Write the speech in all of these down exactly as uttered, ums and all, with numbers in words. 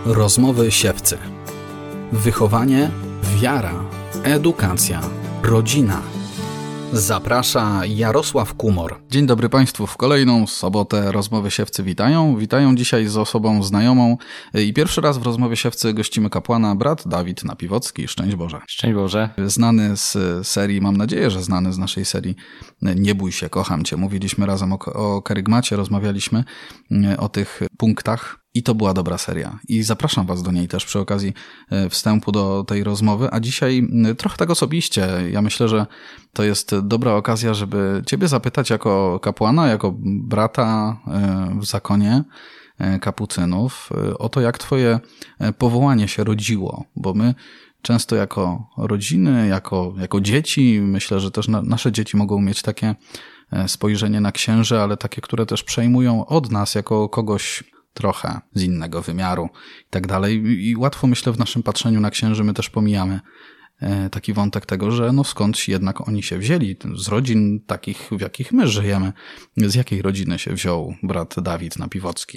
Rozmowy siewcy. Wychowanie, wiara, edukacja, rodzina. Zaprasza Jarosław Kumor. Dzień dobry Państwu. W kolejną sobotę Rozmowy Siewcy witają. Witają dzisiaj z osobą znajomą i pierwszy raz w Rozmowie Siewcy gościmy kapłana, brat Dawid Napiwocki. Szczęść Boże. Szczęść Boże. Znany z serii, mam nadzieję, że znany z naszej serii Nie bój się, kocham Cię. Mówiliśmy razem o, o karygmacie, rozmawialiśmy o tych punktach. I to była dobra seria. I zapraszam Was do niej też przy okazji wstępu do tej rozmowy. A dzisiaj trochę tak osobiście. Ja myślę, że to jest dobra okazja, żeby Ciebie zapytać jako kapłana, jako brata w zakonie kapucynów o to, jak Twoje powołanie się rodziło. Bo my często jako rodziny, jako, jako dzieci, myślę, że też na, nasze dzieci mogą mieć takie spojrzenie na księży, ale takie, które też przejmują od nas jako kogoś trochę z innego wymiaru i tak dalej. I łatwo, myślę, w naszym patrzeniu na księży my też pomijamy taki wątek tego, że no skądś jednak oni się wzięli, z rodzin takich, w jakich my żyjemy. Z jakiej rodziny się wziął brat Dawid Napiwocki?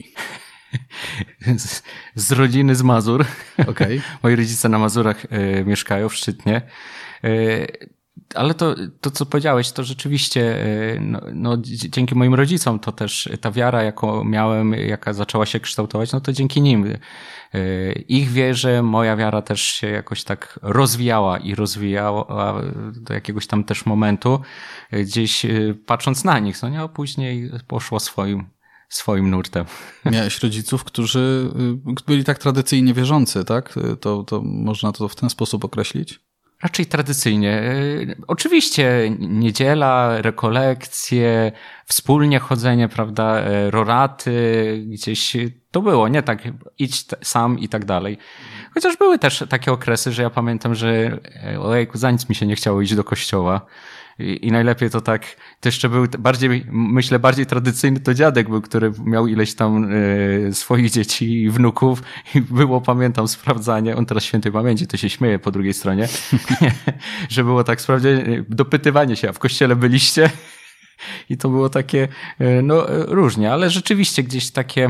Z, z rodziny z Mazur. Okay. Moi rodzice na Mazurach y, mieszkają w Szczytnie. Y, Ale to, to, co powiedziałeś, to rzeczywiście no, no, dzięki moim rodzicom to też ta wiara, jaką miałem, jaka zaczęła się kształtować, no to dzięki nim. Ich wierze, moja wiara też się jakoś tak rozwijała i rozwijała do jakiegoś tam też momentu, gdzieś patrząc na nich, no nie, a później poszło swoim, swoim nurtem. Miałeś rodziców, którzy byli tak tradycyjnie wierzący, tak? To, to można to w ten sposób określić? Raczej tradycyjnie. Oczywiście niedziela, rekolekcje, wspólnie chodzenie, prawda, roraty, gdzieś to było, nie tak idź sam i tak dalej. Chociaż były też takie okresy, że ja pamiętam, że ojejku, za nic mi się nie chciało iść do kościoła. I, I najlepiej to tak, to jeszcze był bardziej, myślę, bardziej tradycyjny to dziadek był, który miał ileś tam e, swoich dzieci i wnuków i było, pamiętam, sprawdzanie, on teraz świętej pamięci, to się śmieje po drugiej stronie, że było tak sprawdzenie, dopytywanie się, a w kościele byliście? I to było takie, no różnie, ale rzeczywiście gdzieś takie...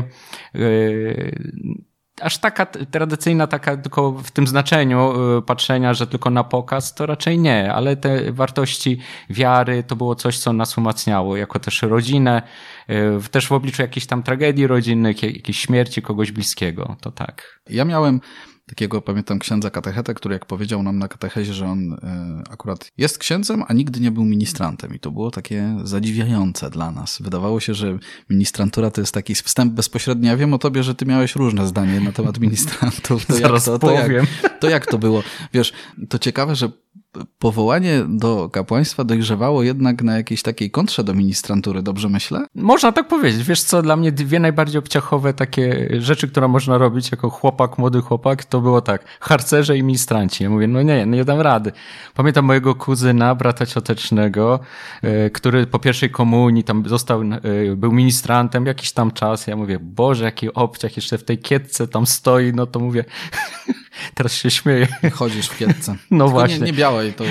E, Aż taka tradycyjna, taka tylko w tym znaczeniu patrzenia, że tylko na pokaz, to raczej nie, ale te wartości wiary to było coś, co nas umacniało, jako też rodzinę, też w obliczu jakiejś tam tragedii rodzinnych, jakiejś śmierci kogoś bliskiego, to tak. Ja miałem takiego, pamiętam, księdza katechetę, który jak powiedział nam na katechezie, że on y, akurat jest księdzem, a nigdy nie był ministrantem. I to było takie zadziwiające dla nas. Wydawało się, że ministrantura to jest taki wstęp bezpośredni. Ja wiem o tobie, że ty miałeś różne zdanie na temat ministrantów. To Zaraz jak to, powiem. To jak, to jak to było? Wiesz, to ciekawe, że powołanie do kapłaństwa dojrzewało jednak na jakiejś takiej kontrze do ministrantury, dobrze myślę? Można tak powiedzieć. Wiesz co, dla mnie dwie najbardziej obciachowe takie rzeczy, które można robić jako chłopak, młody chłopak, to było tak, harcerze i ministranci. Ja mówię, no nie, no nie dam rady. Pamiętam mojego kuzyna, brata ciotecznego, yy, który po pierwszej komunii tam został, yy, był ministrantem jakiś tam czas. Ja mówię, Boże, jaki obciach, jeszcze w tej kietce tam stoi, no to mówię... Teraz się śmieję. Chodzisz w kietce. No tylko właśnie. Nie, nie białej. To...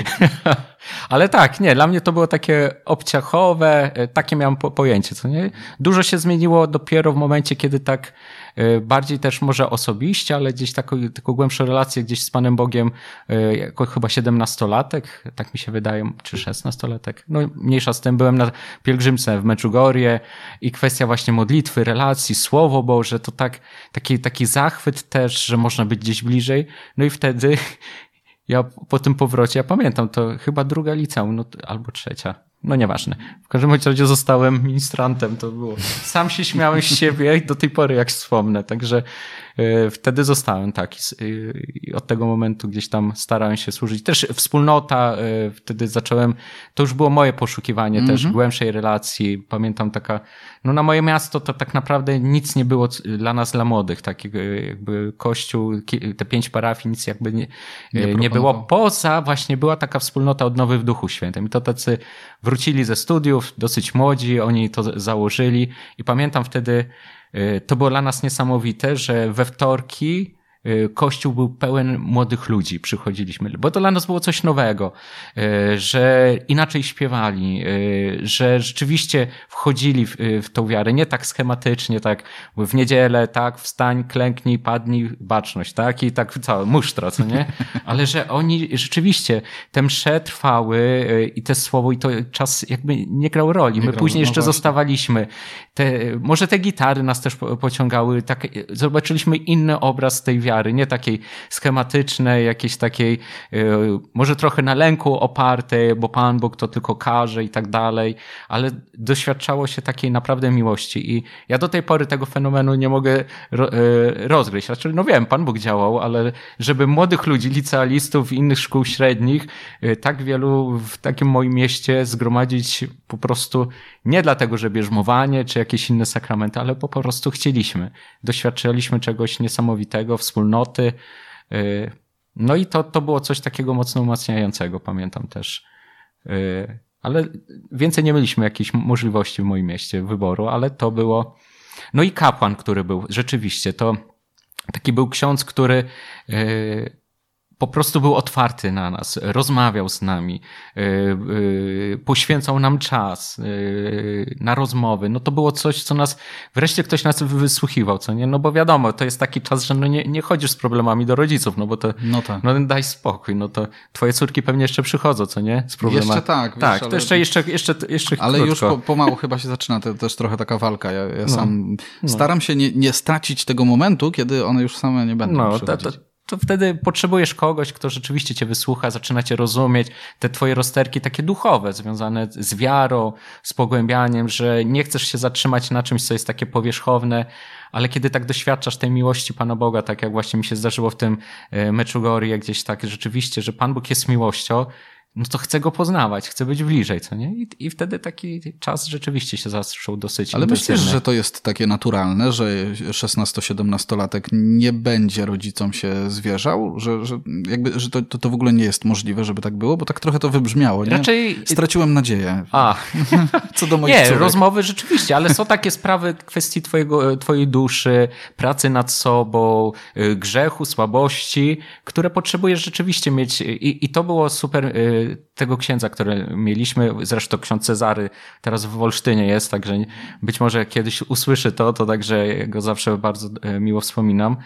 Ale tak, nie, dla mnie to było takie obciachowe, takie miałem po, pojęcie, co nie? Dużo się zmieniło dopiero w momencie, kiedy tak bardziej też może osobiście, ale gdzieś taką, taką głębszą relację gdzieś z Panem Bogiem, jako chyba siedemnastolatek, tak mi się wydaje, czy szesnastolatek. No mniejsza z tym, byłem na pielgrzymce w Meczugorje i kwestia właśnie modlitwy, relacji, Słowo Boże, to tak, taki, taki zachwyt też, że można być gdzieś bliżej. No i wtedy ja po tym powrocie, ja pamiętam, to chyba druga liceum, no, albo trzecia. No nieważne. W każdym razie zostałem ministrantem, to było. Sam się śmiałem z siebie i do tej pory jak wspomnę, także y, wtedy zostałem taki. I y, od tego momentu gdzieś tam starałem się służyć. Też wspólnota, y, wtedy zacząłem, to już było moje poszukiwanie mm-hmm. też głębszej relacji. Pamiętam taka, no na moje miasto to tak naprawdę nic nie było dla nas, dla młodych. Taki jakby kościół, te pięć parafii, nic jakby nie, nie, nie było. Poza właśnie była taka wspólnota Odnowy w Duchu Świętym. I to tacy wrócili ze studiów, dosyć młodzi, oni to założyli i pamiętam wtedy, to było dla nas niesamowite, że we wtorki kościół był pełen młodych ludzi, przychodziliśmy, bo to dla nas było coś nowego, że inaczej śpiewali, że rzeczywiście wchodzili w, w tą wiarę, nie tak schematycznie, tak w niedzielę, tak, wstań, klęknij, padnij, baczność, tak, i tak całe musztra, co nie? Ale że oni rzeczywiście, te msze trwały i te słowo, i to czas jakby nie grał roli. My później jeszcze zostawaliśmy. Te, może te gitary nas też pociągały, tak, zobaczyliśmy inny obraz tej wiary, nie takiej schematycznej, jakiejś takiej, może trochę na lęku opartej, bo Pan Bóg to tylko każe i tak dalej, ale doświadczało się takiej naprawdę miłości i ja do tej pory tego fenomenu nie mogę rozgryźć. Znaczy, no wiem, Pan Bóg działał, ale żeby młodych ludzi, licealistów i innych szkół średnich, tak wielu w takim moim mieście zgromadzić po prostu nie dlatego, że bierzmowanie czy jakieś inne sakramenty, ale po prostu chcieliśmy. Doświadczaliśmy czegoś niesamowitego, wspólnoty. No i to, to było coś takiego mocno umacniającego, pamiętam też. Ale więcej nie mieliśmy jakiejś możliwości w moim mieście wyboru, ale to było... No i kapłan, który był, rzeczywiście, to taki był ksiądz, który po prostu był otwarty na nas, rozmawiał z nami, poświęcał nam czas na rozmowy. No to było coś, co nas, wreszcie ktoś nas wysłuchiwał, co nie? No bo wiadomo, to jest taki czas, że no nie, nie chodzisz z problemami do rodziców, no bo to, no, tak. no daj spokój, no to twoje córki pewnie jeszcze przychodzą, co nie? Z problemami. Jeszcze tak. Wiesz, tak, ale... to jeszcze, jeszcze, jeszcze, jeszcze Ale krótko. już po, pomału chyba się zaczyna te, też trochę taka walka. Ja, ja no. sam no. staram się nie, nie stracić tego momentu, kiedy one już same nie będą no, przychodzić. To, to... to wtedy potrzebujesz kogoś, kto rzeczywiście cię wysłucha, zaczyna cię rozumieć, te twoje rozterki takie duchowe, związane z wiarą, z pogłębianiem, że nie chcesz się zatrzymać na czymś, co jest takie powierzchowne, ale kiedy tak doświadczasz tej miłości Pana Boga, tak jak właśnie mi się zdarzyło w tym Meczugorie, gdzieś tak rzeczywiście, że Pan Bóg jest miłością, no to chcę go poznawać, chcę być bliżej, co nie? I, i wtedy taki czas rzeczywiście się zaczął dosyć Ale intensywny. myślisz, że to jest takie naturalne, że szesnasto-siedemnastolatek nie będzie rodzicom się zwierzał? Że, że, jakby, że to, to, to w ogóle nie jest możliwe, żeby tak było? Bo tak trochę to wybrzmiało, nie? Raczej... Straciłem nadzieję. A. Co do moich Nie, córek. rozmowy rzeczywiście, ale są takie sprawy kwestii twojego, twojej duszy, pracy nad sobą, grzechu, słabości, które potrzebujesz rzeczywiście mieć i, i to było super tego księdza, które mieliśmy, zresztą ksiądz Cezary teraz w Wolsztynie jest, także być może kiedyś usłyszy to, to także go zawsze bardzo miło wspominam,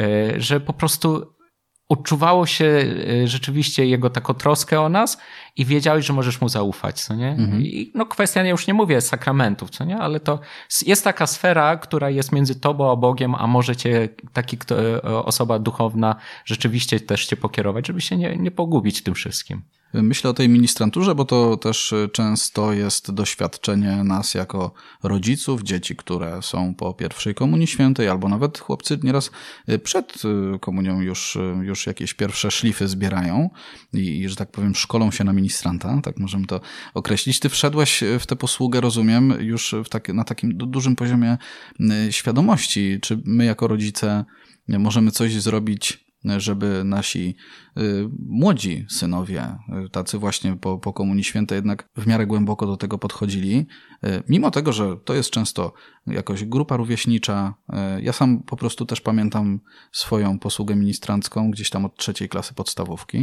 że po prostu odczuwało się rzeczywiście jego taką troskę o nas i wiedziałeś, że możesz mu zaufać, co nie? Mhm. I no kwestia, ja już nie mówię sakramentów, co nie? Ale to jest taka sfera, która jest między tobą a Bogiem, a może cię taki kto, osoba duchowna rzeczywiście też cię pokierować, żeby się nie, nie pogubić tym wszystkim. Myślę o tej ministranturze, bo to też często jest doświadczenie nas jako rodziców, dzieci, które są po pierwszej komunii świętej, albo nawet chłopcy nieraz przed komunią już, już jakieś pierwsze szlify zbierają i, i, że tak powiem, szkolą się na ministranta, tak możemy to określić. Ty wszedłeś w tę posługę, rozumiem, już w tak, na takim dużym poziomie świadomości. Czy my jako rodzice możemy coś zrobić, żeby nasi y, młodzi synowie, y, tacy właśnie po, po Komunii Świętej, jednak w miarę głęboko do tego podchodzili, y, mimo tego, że to jest często jakoś grupa rówieśnicza. Y, ja sam po prostu też pamiętam swoją posługę ministrancką gdzieś tam od trzeciej klasy podstawówki.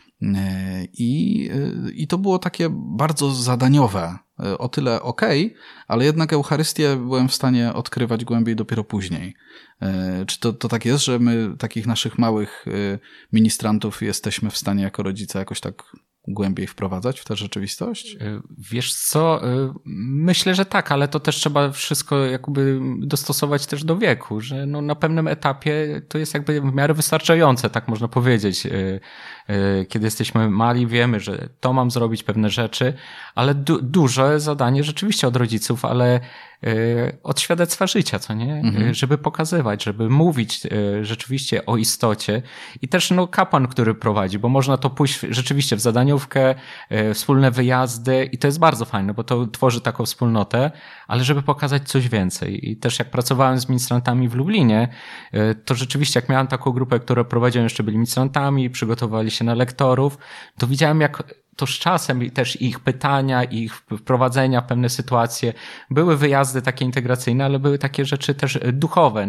I, I to było takie bardzo zadaniowe, o tyle okej, okay, ale jednak Eucharystię byłem w stanie odkrywać głębiej dopiero później. Czy to, to tak jest, że my takich naszych małych ministrantów jesteśmy w stanie jako rodzice jakoś tak głębiej wprowadzać w tę rzeczywistość? Wiesz co, myślę, że tak, ale to też trzeba wszystko jakby dostosować też do wieku, że no na pewnym etapie to jest jakby w miarę wystarczające, tak można powiedzieć. Kiedy jesteśmy mali, wiemy, że to mam zrobić, pewne rzeczy, ale du- duże zadanie rzeczywiście od rodziców, ale od świadectwa życia, co nie? Mhm. Żeby pokazywać, żeby mówić rzeczywiście o istocie i też no kapłan, który prowadzi, bo można to pójść rzeczywiście w zadaniówkę, wspólne wyjazdy i to jest bardzo fajne, bo to tworzy taką wspólnotę, ale żeby pokazać coś więcej. I też jak pracowałem z ministrantami w Lublinie, to rzeczywiście jak miałem taką grupę, która prowadziłem, jeszcze byli ministrantami, przygotowali się na lektorów, to widziałem jak to z czasem też ich pytania, ich wprowadzenia w pewne sytuacje. Były wyjazdy takie integracyjne, ale były takie rzeczy też duchowe.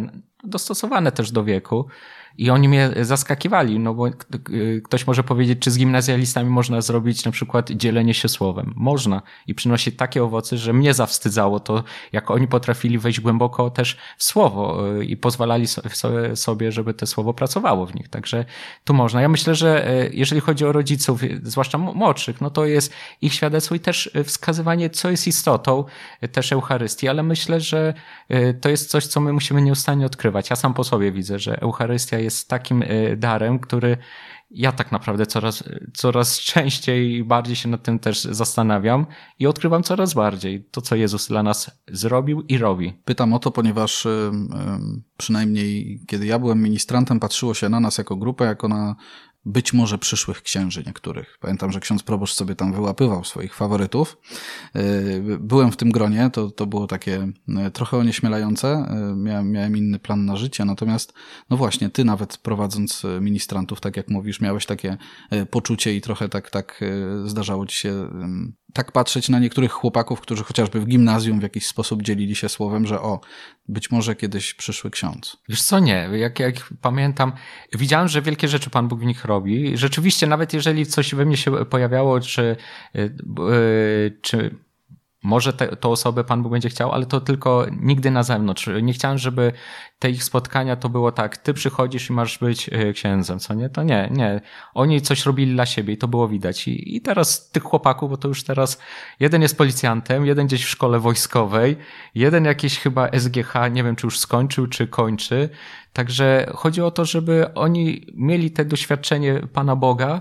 dostosowane też do wieku. I oni mnie zaskakiwali, no bo ktoś może powiedzieć, czy z gimnazjalistami można zrobić na przykład dzielenie się słowem. Można i przynosi takie owoce, że mnie zawstydzało to, jak oni potrafili wejść głęboko też w słowo i pozwalali sobie, żeby to słowo pracowało w nich. Także tu można. Ja myślę, że jeżeli chodzi o rodziców, zwłaszcza młodszych, no to jest ich świadectwo i też wskazywanie, co jest istotą też Eucharystii, ale myślę, że to jest coś, co my musimy nieustannie odkrywać. Ja sam po sobie widzę, że Eucharystia jest takim darem, który ja tak naprawdę coraz, coraz częściej i bardziej się nad tym też zastanawiam i odkrywam coraz bardziej to, co Jezus dla nas zrobił i robi. Pytam o to, ponieważ przynajmniej kiedy ja byłem ministrantem, patrzyło się na nas jako grupę, jako na być może przyszłych księży niektórych. Pamiętam, że ksiądz proboszcz sobie tam wyłapywał swoich faworytów. Byłem w tym gronie, to, to było takie trochę onieśmielające. Miałem, miałem inny plan na życie, natomiast no właśnie, ty nawet prowadząc ministrantów, tak jak mówisz, miałeś takie poczucie i trochę tak, tak zdarzało ci się tak patrzeć na niektórych chłopaków, którzy chociażby w gimnazjum w jakiś sposób dzielili się słowem, że o, być może kiedyś przyszły ksiądz. Wiesz co, nie. Jak, jak pamiętam, widziałem, że wielkie rzeczy Pan Bóg w nich robi. Rzeczywiście, nawet jeżeli coś we mnie się pojawiało, czy, yy, czy może te, to osobę Pan Bóg będzie chciał, ale to tylko nigdy na zewnątrz. Nie chciałem, żeby te ich spotkania to było tak, ty przychodzisz i masz być księdzem, co nie? To nie, nie. Oni coś robili dla siebie i to było widać. I, i teraz tych chłopaków, bo to już teraz jeden jest policjantem, jeden gdzieś w szkole wojskowej, jeden jakiś chyba S G H, nie wiem czy już skończył, czy kończy. Także chodzi o to, żeby oni mieli te doświadczenie Pana Boga,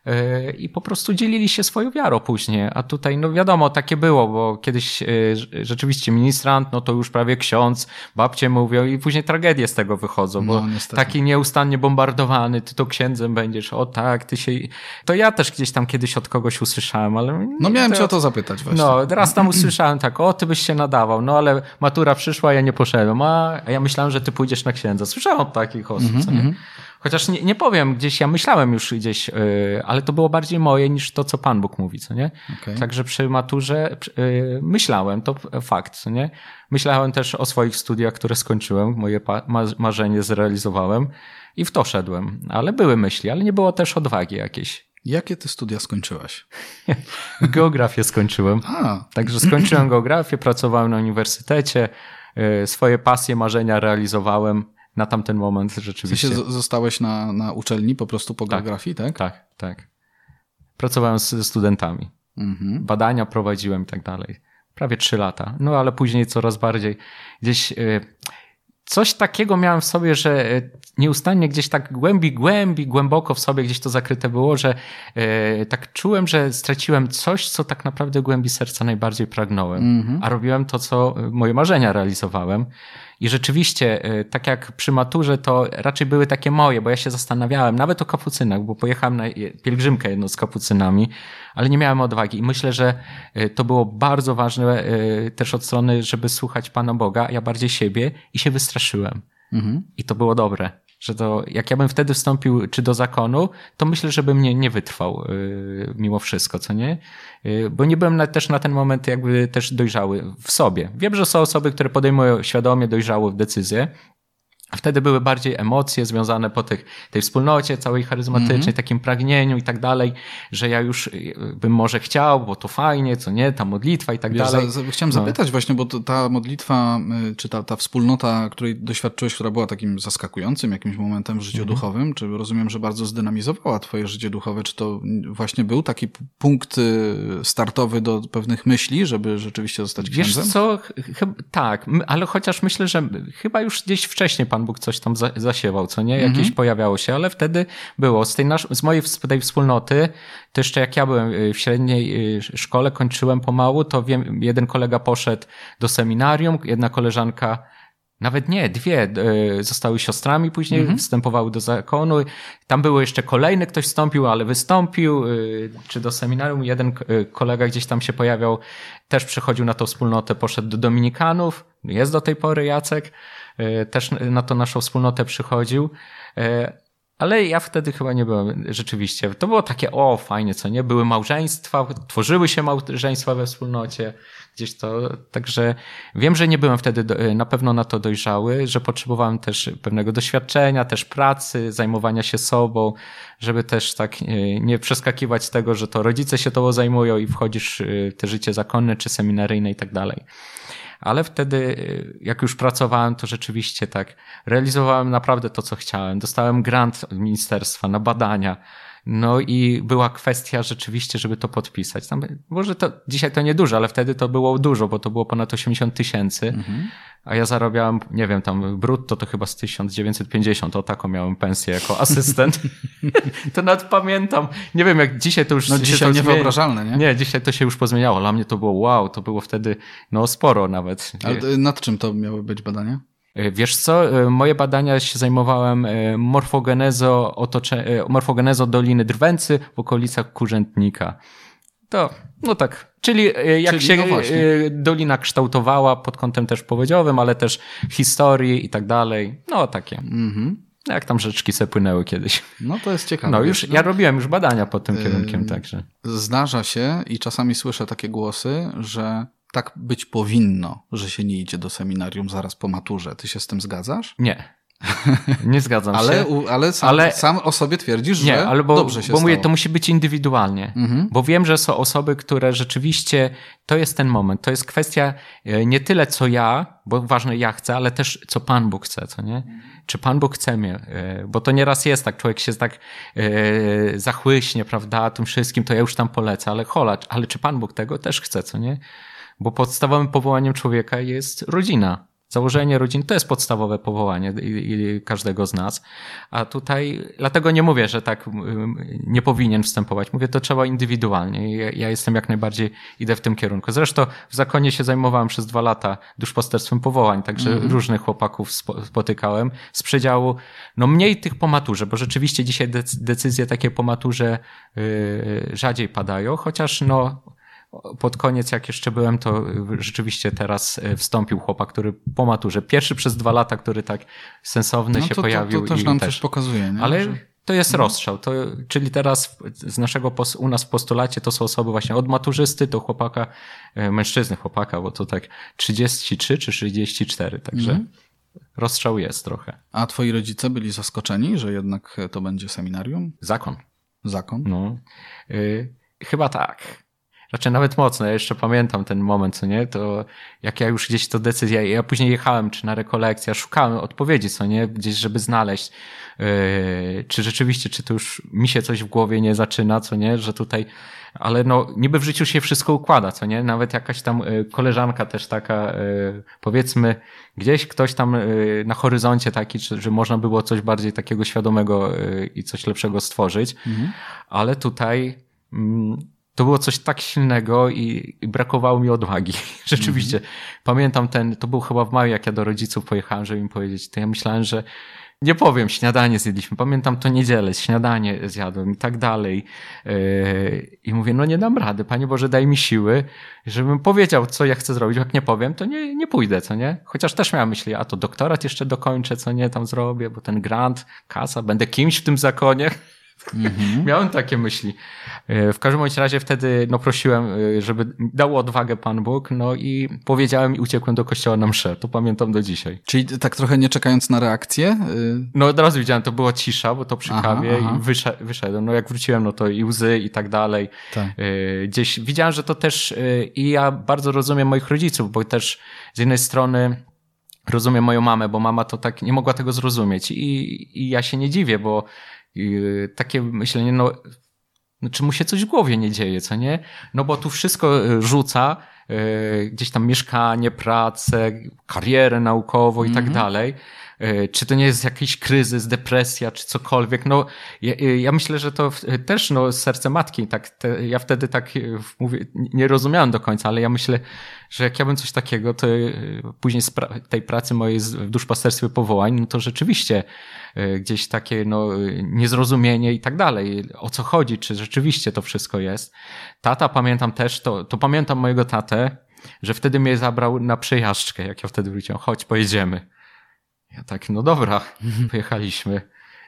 i po prostu dzielili się swoją wiarą później. A tutaj, no wiadomo, takie było, bo kiedyś rzeczywiście ministrant, no to już prawie ksiądz, babcie mówią i później tragedie z tego wychodzą, bo no, taki nieustannie bombardowany, ty to księdzem będziesz, o tak, ty się... To ja też gdzieś tam kiedyś od kogoś usłyszałem, ale... No miałem to... cię o to zapytać właśnie. No, raz tam usłyszałem tak, o, ty byś się nadawał, no ale matura przyszła, ja nie poszedłem, a ja myślałem, że ty pójdziesz na księdza. Słyszałem od takich osób, mm-hmm, co nie? Chociaż nie, nie powiem, gdzieś ja myślałem już gdzieś, yy, ale to było bardziej moje niż to, co Pan Bóg mówi, co nie? Okay. Także przy maturze yy, myślałem, to fakt, co nie? Myślałem też o swoich studiach, które skończyłem, moje pa- ma- marzenie zrealizowałem i w to szedłem. Ale były myśli, ale nie było też odwagi jakiejś. Jakie ty studia skończyłeś? Geografię skończyłem. A. Także skończyłem geografię, pracowałem na uniwersytecie, yy, swoje pasje, marzenia realizowałem. Na tamten moment rzeczywiście. W sensie zostałeś na, na uczelni po prostu po tak, geografii, tak? Tak, tak. Pracowałem z studentami. Mhm. Badania prowadziłem i tak dalej. Prawie trzy lata. No ale później coraz bardziej gdzieś... Yy, coś takiego miałem w sobie, że nieustannie gdzieś tak głębi, głębi, głęboko w sobie gdzieś to zakryte było, że yy, tak czułem, że straciłem coś, co tak naprawdę w głębi serca najbardziej pragnąłem. Mhm. A robiłem to, co moje marzenia realizowałem. I rzeczywiście, tak jak przy maturze, to raczej były takie moje, bo ja się zastanawiałem nawet o kapucynach, bo pojechałem na pielgrzymkę jedną z kapucynami, ale nie miałem odwagi. I myślę, że to było bardzo ważne też od strony, żeby słuchać Pana Boga, ja bardziej siebie i się wystraszyłem. Mhm. I to było dobre. Że to, jak ja bym wtedy wstąpił czy do zakonu, to myślę, że bym nie, nie wytrwał yy, mimo wszystko, co nie? Yy, bo nie byłem na, też na ten moment jakby też dojrzały w sobie. Wiem, że są osoby, które podejmują świadomie dojrzałe decyzje, a wtedy były bardziej emocje związane po tych, tej wspólnocie całej charyzmatycznej, mm-hmm. takim pragnieniu i tak dalej, że ja już bym może chciał, bo to fajnie, co nie, ta modlitwa i tak Wiesz, dalej. Za, za, chciałem no. zapytać właśnie, bo to, ta modlitwa, czy ta, ta wspólnota, której doświadczyłeś, która była takim zaskakującym jakimś momentem w życiu mm-hmm. duchowym, czy rozumiem, że bardzo zdynamizowała twoje życie duchowe, czy to właśnie był taki punkt startowy do pewnych myśli, żeby rzeczywiście zostać księdzem? Wiesz co, chyba, tak, ale chociaż myślę, że chyba już gdzieś wcześniej Pan Bóg coś tam zasiewał, co nie? Jakieś mm-hmm. pojawiało się, ale wtedy było. Z tej, nasz, z mojej tej wspólnoty, to jeszcze jak ja byłem w średniej szkole, kończyłem pomału, to wiem, jeden kolega poszedł do seminarium, jedna koleżanka, nawet nie, dwie zostały siostrami, później mm-hmm. wstępowały do zakonu. Tam było jeszcze kolejny, ktoś wstąpił, ale wystąpił, czy do seminarium. Jeden kolega gdzieś tam się pojawiał, też przychodził na tą wspólnotę, poszedł do dominikanów, jest do tej pory Jacek, też na to naszą wspólnotę przychodził. Ale ja wtedy chyba nie byłem, rzeczywiście. To było takie, o fajnie, co nie? Były małżeństwa, tworzyły się małżeństwa we wspólnocie. Gdzieś to, także wiem, że nie byłem wtedy do, na pewno na to dojrzały, że potrzebowałem też pewnego doświadczenia, też pracy, zajmowania się sobą, żeby też tak nie przeskakiwać z tego, że to rodzice się tobą zajmują i wchodzisz w te życie zakonne czy seminaryjne i tak dalej. Ale wtedy, jak już pracowałem, to rzeczywiście tak realizowałem naprawdę to, co chciałem. Dostałem grant od ministerstwa na badania. No i była kwestia rzeczywiście, żeby to podpisać. Tam, może to, dzisiaj to niedużo, ale wtedy to było dużo, bo to było ponad osiemdziesiąt tysięcy, mhm. a ja zarabiałem, nie wiem, tam brutto to chyba z tysiąc dziewięćset pięćdziesiąt, o taką miałem pensję jako asystent. To nawet pamiętam, nie wiem jak dzisiaj to już... No dzisiaj, dzisiaj niewyobrażalne, nie? Nie, dzisiaj to się już pozmieniało. Dla mnie to było wow, to było wtedy no sporo nawet. Ale nad czym to miały być badania? Wiesz co, moje badania się zajmowałem morfogenezą, otocze... morfogenezą Doliny Drwęcy w okolicach Kurzętnika. To, no tak, czyli jak czyli się no dolina kształtowała pod kątem też powiedziowym, ale też historii i tak dalej. No takie. Mhm. Jak tam rzeczki se płynęły kiedyś. No to jest ciekawe. No już, wiesz, no? Ja robiłem już badania pod tym yy, kierunkiem, także. Zdarza się i czasami słyszę takie głosy, że tak być powinno, że się nie idzie do seminarium zaraz po maturze. Ty się z tym zgadzasz? Nie. Nie zgadzam ale, się. U, ale, sam, ale sam o sobie twierdzisz, nie, że ale bo, dobrze się bo stało. Mówię, to musi być indywidualnie. Mhm. Bo wiem, że są osoby, które rzeczywiście, to jest ten moment. To jest kwestia nie tyle co ja, bo ważne ja chcę, ale też co Pan Bóg chce, co nie? Czy Pan Bóg chce mnie? Bo to nieraz jest tak, człowiek się tak e, zachłyśnie, prawda, tym wszystkim, to ja już tam polecę, ale hola, ale czy Pan Bóg tego też chce, co nie? Bo podstawowym powołaniem człowieka jest rodzina. Założenie rodziny to jest podstawowe powołanie i, i każdego z nas. A tutaj, dlatego nie mówię, że tak nie powinien wstępować. Mówię, to trzeba indywidualnie. Ja, ja jestem jak najbardziej, idę w tym kierunku. Zresztą w zakonie się zajmowałem przez dwa lata duszpasterstwem powołań, także mm-hmm. różnych chłopaków spo, spotykałem z przedziału, no mniej tych po maturze, bo rzeczywiście dzisiaj decyzje takie po maturze yy, rzadziej padają, chociaż no pod koniec, jak jeszcze byłem, to rzeczywiście teraz wstąpił chłopak, który po maturze, pierwszy przez dwa lata, który tak sensowny no się to, pojawił. To, to też i nam też coś pokazuje, nie? Ale że... to jest no. rozstrzał. To, czyli teraz z naszego, u nas w postulacie to są osoby właśnie od maturzysty do chłopaka, mężczyzny chłopaka, bo to tak trzydzieści trzy czy trzydzieści cztery, także mm. rozstrzał jest trochę. A twoi rodzice byli zaskoczeni, że jednak to będzie seminarium? Zakon. Zakon? No. Y, chyba tak. Raczej nawet mocno. Ja jeszcze pamiętam ten moment, co nie? To jak ja już gdzieś to decyzja, ja później jechałem czy na rekolekcję, szukałem odpowiedzi, co nie? Gdzieś, żeby znaleźć, yy, czy rzeczywiście, czy to już mi się coś w głowie nie zaczyna, co nie? Że tutaj, ale no niby w życiu się wszystko układa, co nie? Nawet jakaś tam yy, koleżanka też taka, yy, powiedzmy, gdzieś ktoś tam yy, na horyzoncie taki, czy, że można było coś bardziej takiego świadomego yy, i coś lepszego stworzyć, mhm. ale tutaj yy, to było coś tak silnego i, i brakowało mi odwagi. Rzeczywiście. Mm-hmm. Pamiętam ten, to był chyba w maju, jak ja do rodziców pojechałem, żeby im powiedzieć, to ja myślałem, że nie powiem, śniadanie zjedliśmy. Pamiętam to niedzielę, śniadanie zjadłem i tak dalej. Yy, I mówię, no nie dam rady, Panie Boże, daj mi siły, żebym powiedział, co ja chcę zrobić. Jak nie powiem, to nie, nie pójdę, co nie? Chociaż też miałem myśli, a to doktorat jeszcze dokończę, co nie, tam zrobię, bo ten grant, kasa, będę kimś w tym zakonie. Mm-hmm. Miałem takie myśli. W każdym bądź razie wtedy no prosiłem, żeby dał odwagę Pan Bóg, no i powiedziałem i uciekłem do kościoła na mszę. To pamiętam do dzisiaj. Czyli tak trochę nie czekając na reakcję? No od razu widziałem, to była cisza, bo to przy aha, kawie aha. i wyszedłem, wyszedłem. No jak wróciłem, no to i łzy i tak dalej. Tak. Gdzieś widziałem, że to też i ja bardzo rozumiem moich rodziców, bo też z jednej strony rozumiem moją mamę, bo mama to tak nie mogła tego zrozumieć i, i ja się nie dziwię, bo i takie myślenie, no, no czy mu się coś w głowie nie dzieje, co nie? No bo tu wszystko rzuca, yy, gdzieś tam mieszkanie, pracę, karierę naukową i mm-hmm. tak dalej. Yy, czy to nie jest jakiś kryzys, depresja, czy cokolwiek? No, ja, ja myślę, że to też, no, serce matki, tak, te, ja wtedy tak mówię, nie rozumiałem do końca, ale ja myślę, że jak ja bym coś takiego, to później z pra- tej pracy mojej w duszpasterstwie powołań, no to rzeczywiście gdzieś takie no, niezrozumienie i tak dalej. O co chodzi? Czy rzeczywiście to wszystko jest? Tata, pamiętam też, to, to pamiętam mojego tatę, że wtedy mnie zabrał na przejażdżkę, jak ja wtedy wróciłem. Chodź, pojedziemy. Ja tak, no dobra, pojechaliśmy.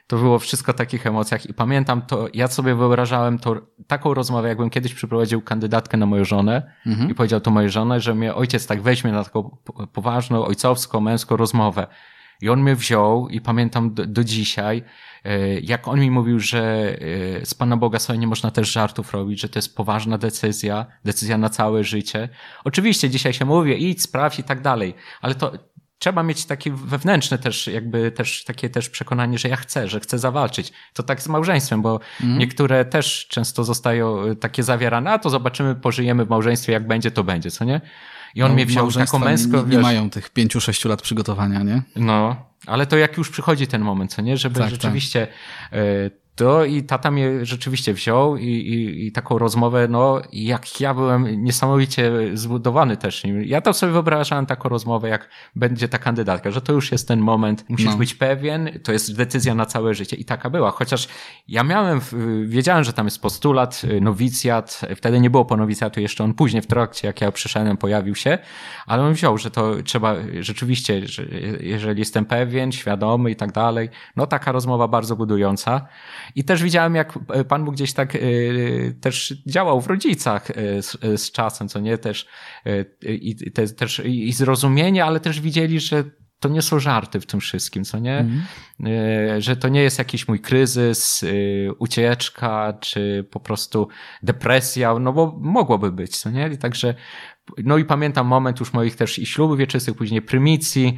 to było wszystko w takich emocjach i pamiętam to, ja sobie wyobrażałem to, taką rozmowę, jakbym kiedyś przyprowadził kandydatkę na moją żonę mhm. i powiedział to mojej żonie, że mnie ojciec tak weźmie na taką poważną, ojcowską, męską rozmowę. I on mnie wziął i pamiętam do, do dzisiaj, jak on mi mówił, że z Pana Boga sobie nie można też żartów robić, że to jest poważna decyzja, decyzja na całe życie. Oczywiście dzisiaj się mówi, idź, sprawdź i tak dalej, ale to trzeba mieć takie wewnętrzne też, jakby też takie też przekonanie, że ja chcę, że chcę zawalczyć. To tak z małżeństwem, bo mm. niektóre też często zostają takie zawierane, a to zobaczymy, pożyjemy w małżeństwie, jak będzie, to będzie, co nie? I on no, mnie wziął taką męską... Nie, nie wiesz, mają tych pięciu, sześciu lat przygotowania, nie? No, ale to jak już przychodzi ten moment, co nie? Żeby tak, rzeczywiście... Tak. Y- To i tata mnie rzeczywiście wziął i, i, i taką rozmowę, no jak ja byłem niesamowicie zbudowany też nim. Ja to sobie wyobrażałem taką rozmowę, jak będzie ta kandydatka, że to już jest ten moment, musisz no. być pewien, to jest decyzja na całe życie i taka była. Chociaż ja miałem, wiedziałem, że tam jest postulat, nowicjat, wtedy nie było po nowicjatu, jeszcze on później w trakcie, jak ja przyszedłem, pojawił się, ale on wziął, że to trzeba rzeczywiście, że jeżeli jestem pewien, świadomy i tak dalej, no taka rozmowa bardzo budująca. I też widziałem, jak Pan Bóg gdzieś tak y, też działał w rodzicach y, z, z czasem, co nie, też y, i, te, też i zrozumienie, ale też widzieli, że to nie są żarty w tym wszystkim, co nie? Mm. Y, że to nie jest jakiś mój kryzys, y, ucieczka, czy po prostu depresja, no bo mogłoby być, co nie? I także no i pamiętam moment już moich też i ślubów wieczystych, później prymicji,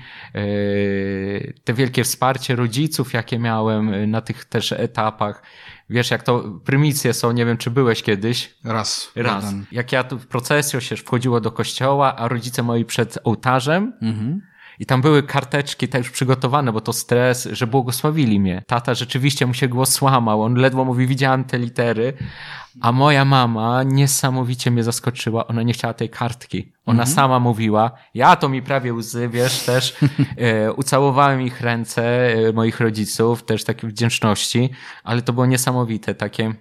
yy, te wielkie wsparcie rodziców, jakie miałem na tych też etapach. Wiesz, jak to prymicje są, nie wiem, czy byłeś kiedyś. Raz. Raz. Jeden. Jak ja tu w procesjo się wchodziło do kościoła, a rodzice moi przed ołtarzem, mhm. i tam były karteczki też już przygotowane, bo to stres, że błogosławili mnie. Tata rzeczywiście mu się głos łamał, on ledwo mówi, widziałem te litery, a moja mama niesamowicie mnie zaskoczyła, ona nie chciała tej kartki. Ona mhm. sama mówiła, ja to mi prawie łzy, wiesz, też e, ucałowałem ich ręce, e, moich rodziców, też takiej wdzięczności, ale to było niesamowite, takie...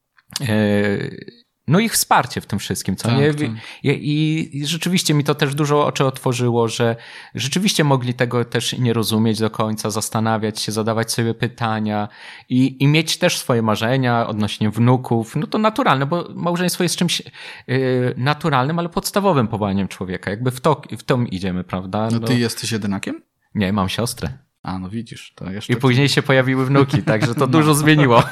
E, No ich wsparcie w tym wszystkim, co tak, nie? Tak. I, I rzeczywiście mi to też dużo oczy otworzyło, że rzeczywiście mogli tego też nie rozumieć do końca, zastanawiać się, zadawać sobie pytania i, i mieć też swoje marzenia odnośnie wnuków. No to naturalne, bo małżeństwo jest czymś yy, naturalnym, ale podstawowym powołaniem człowieka. Jakby w to, w to idziemy, prawda? No ty no, jesteś jedynakiem? Nie, mam siostrę. A, no widzisz. To jeszcze I później się pojawiły wnuki, także to no. dużo zmieniło.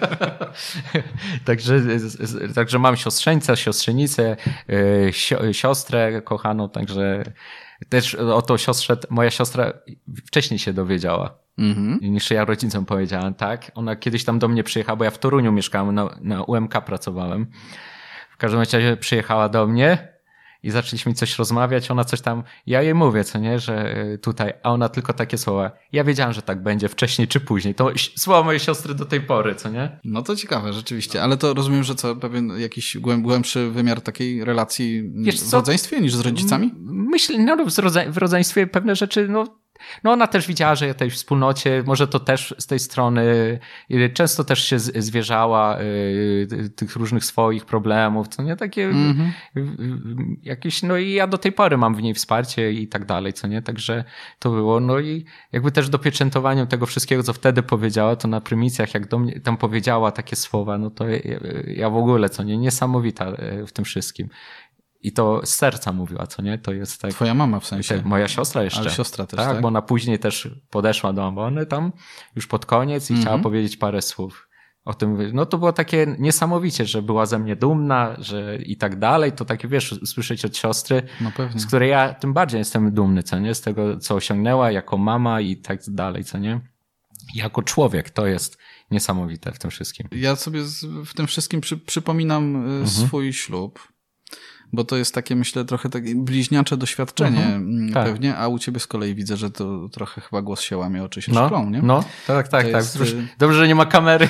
także, także mam siostrzeńca, siostrzenicę, yy, siostrę kochaną, także też o to siostrze, moja siostra wcześniej się dowiedziała. Mm-hmm. Niż ja rodzicom powiedziałem, tak? Ona kiedyś tam do mnie przyjechała, bo ja w Toruniu mieszkałem, na, na U M K pracowałem. W każdym razie przyjechała do mnie i zaczęliśmy coś rozmawiać, ona coś tam, ja jej mówię, co nie, że tutaj, a ona tylko takie słowa, ja wiedziałam, że tak będzie wcześniej czy później, to słowa mojej siostry do tej pory, co nie? No to ciekawe, rzeczywiście, ale to rozumiem, że co, pewien jakiś głębszy wymiar takiej relacji Wiesz, w rodzeństwie niż z rodzicami? Myślę, no w, rodze- w rodzeństwie pewne rzeczy, no No ona też widziała, że ja tej wspólnocie, może to też z tej strony, często też się zwierzała y, tych różnych swoich problemów, co nie, takie mm-hmm. y, jakieś, no i ja do tej pory mam w niej wsparcie i tak dalej, co nie, także to było, no i jakby też dopieczętowaniem tego wszystkiego, co wtedy powiedziała, to na prymicjach, jak do mnie tam powiedziała takie słowa, no to ja, ja w ogóle, co nie, niesamowita w tym wszystkim. I to z serca mówiła, co nie? To jest tak. Twoja mama w sensie. Tak, moja siostra jeszcze. Ale siostra też, tak? tak? Bo ona później też podeszła do ambony tam, już pod koniec i mm-hmm. chciała powiedzieć parę słów o tym. No to było takie niesamowicie, że była ze mnie dumna, że i tak dalej. To takie, wiesz, słyszeć od siostry, no pewnie. z której ja tym bardziej jestem dumny, co nie? Z tego, co osiągnęła jako mama i tak dalej, co nie? Jako człowiek to jest niesamowite w tym wszystkim. Ja sobie z, w tym wszystkim przy, przypominam mm-hmm. swój ślub. Bo to jest takie, myślę, trochę takie bliźniacze doświadczenie mhm, pewnie, tak. A u ciebie z kolei widzę, że to trochę chyba głos się łamie, oczy się no, szklą, nie? No, tak, tak, to tak. Jest... Dobrze, że nie ma kamery.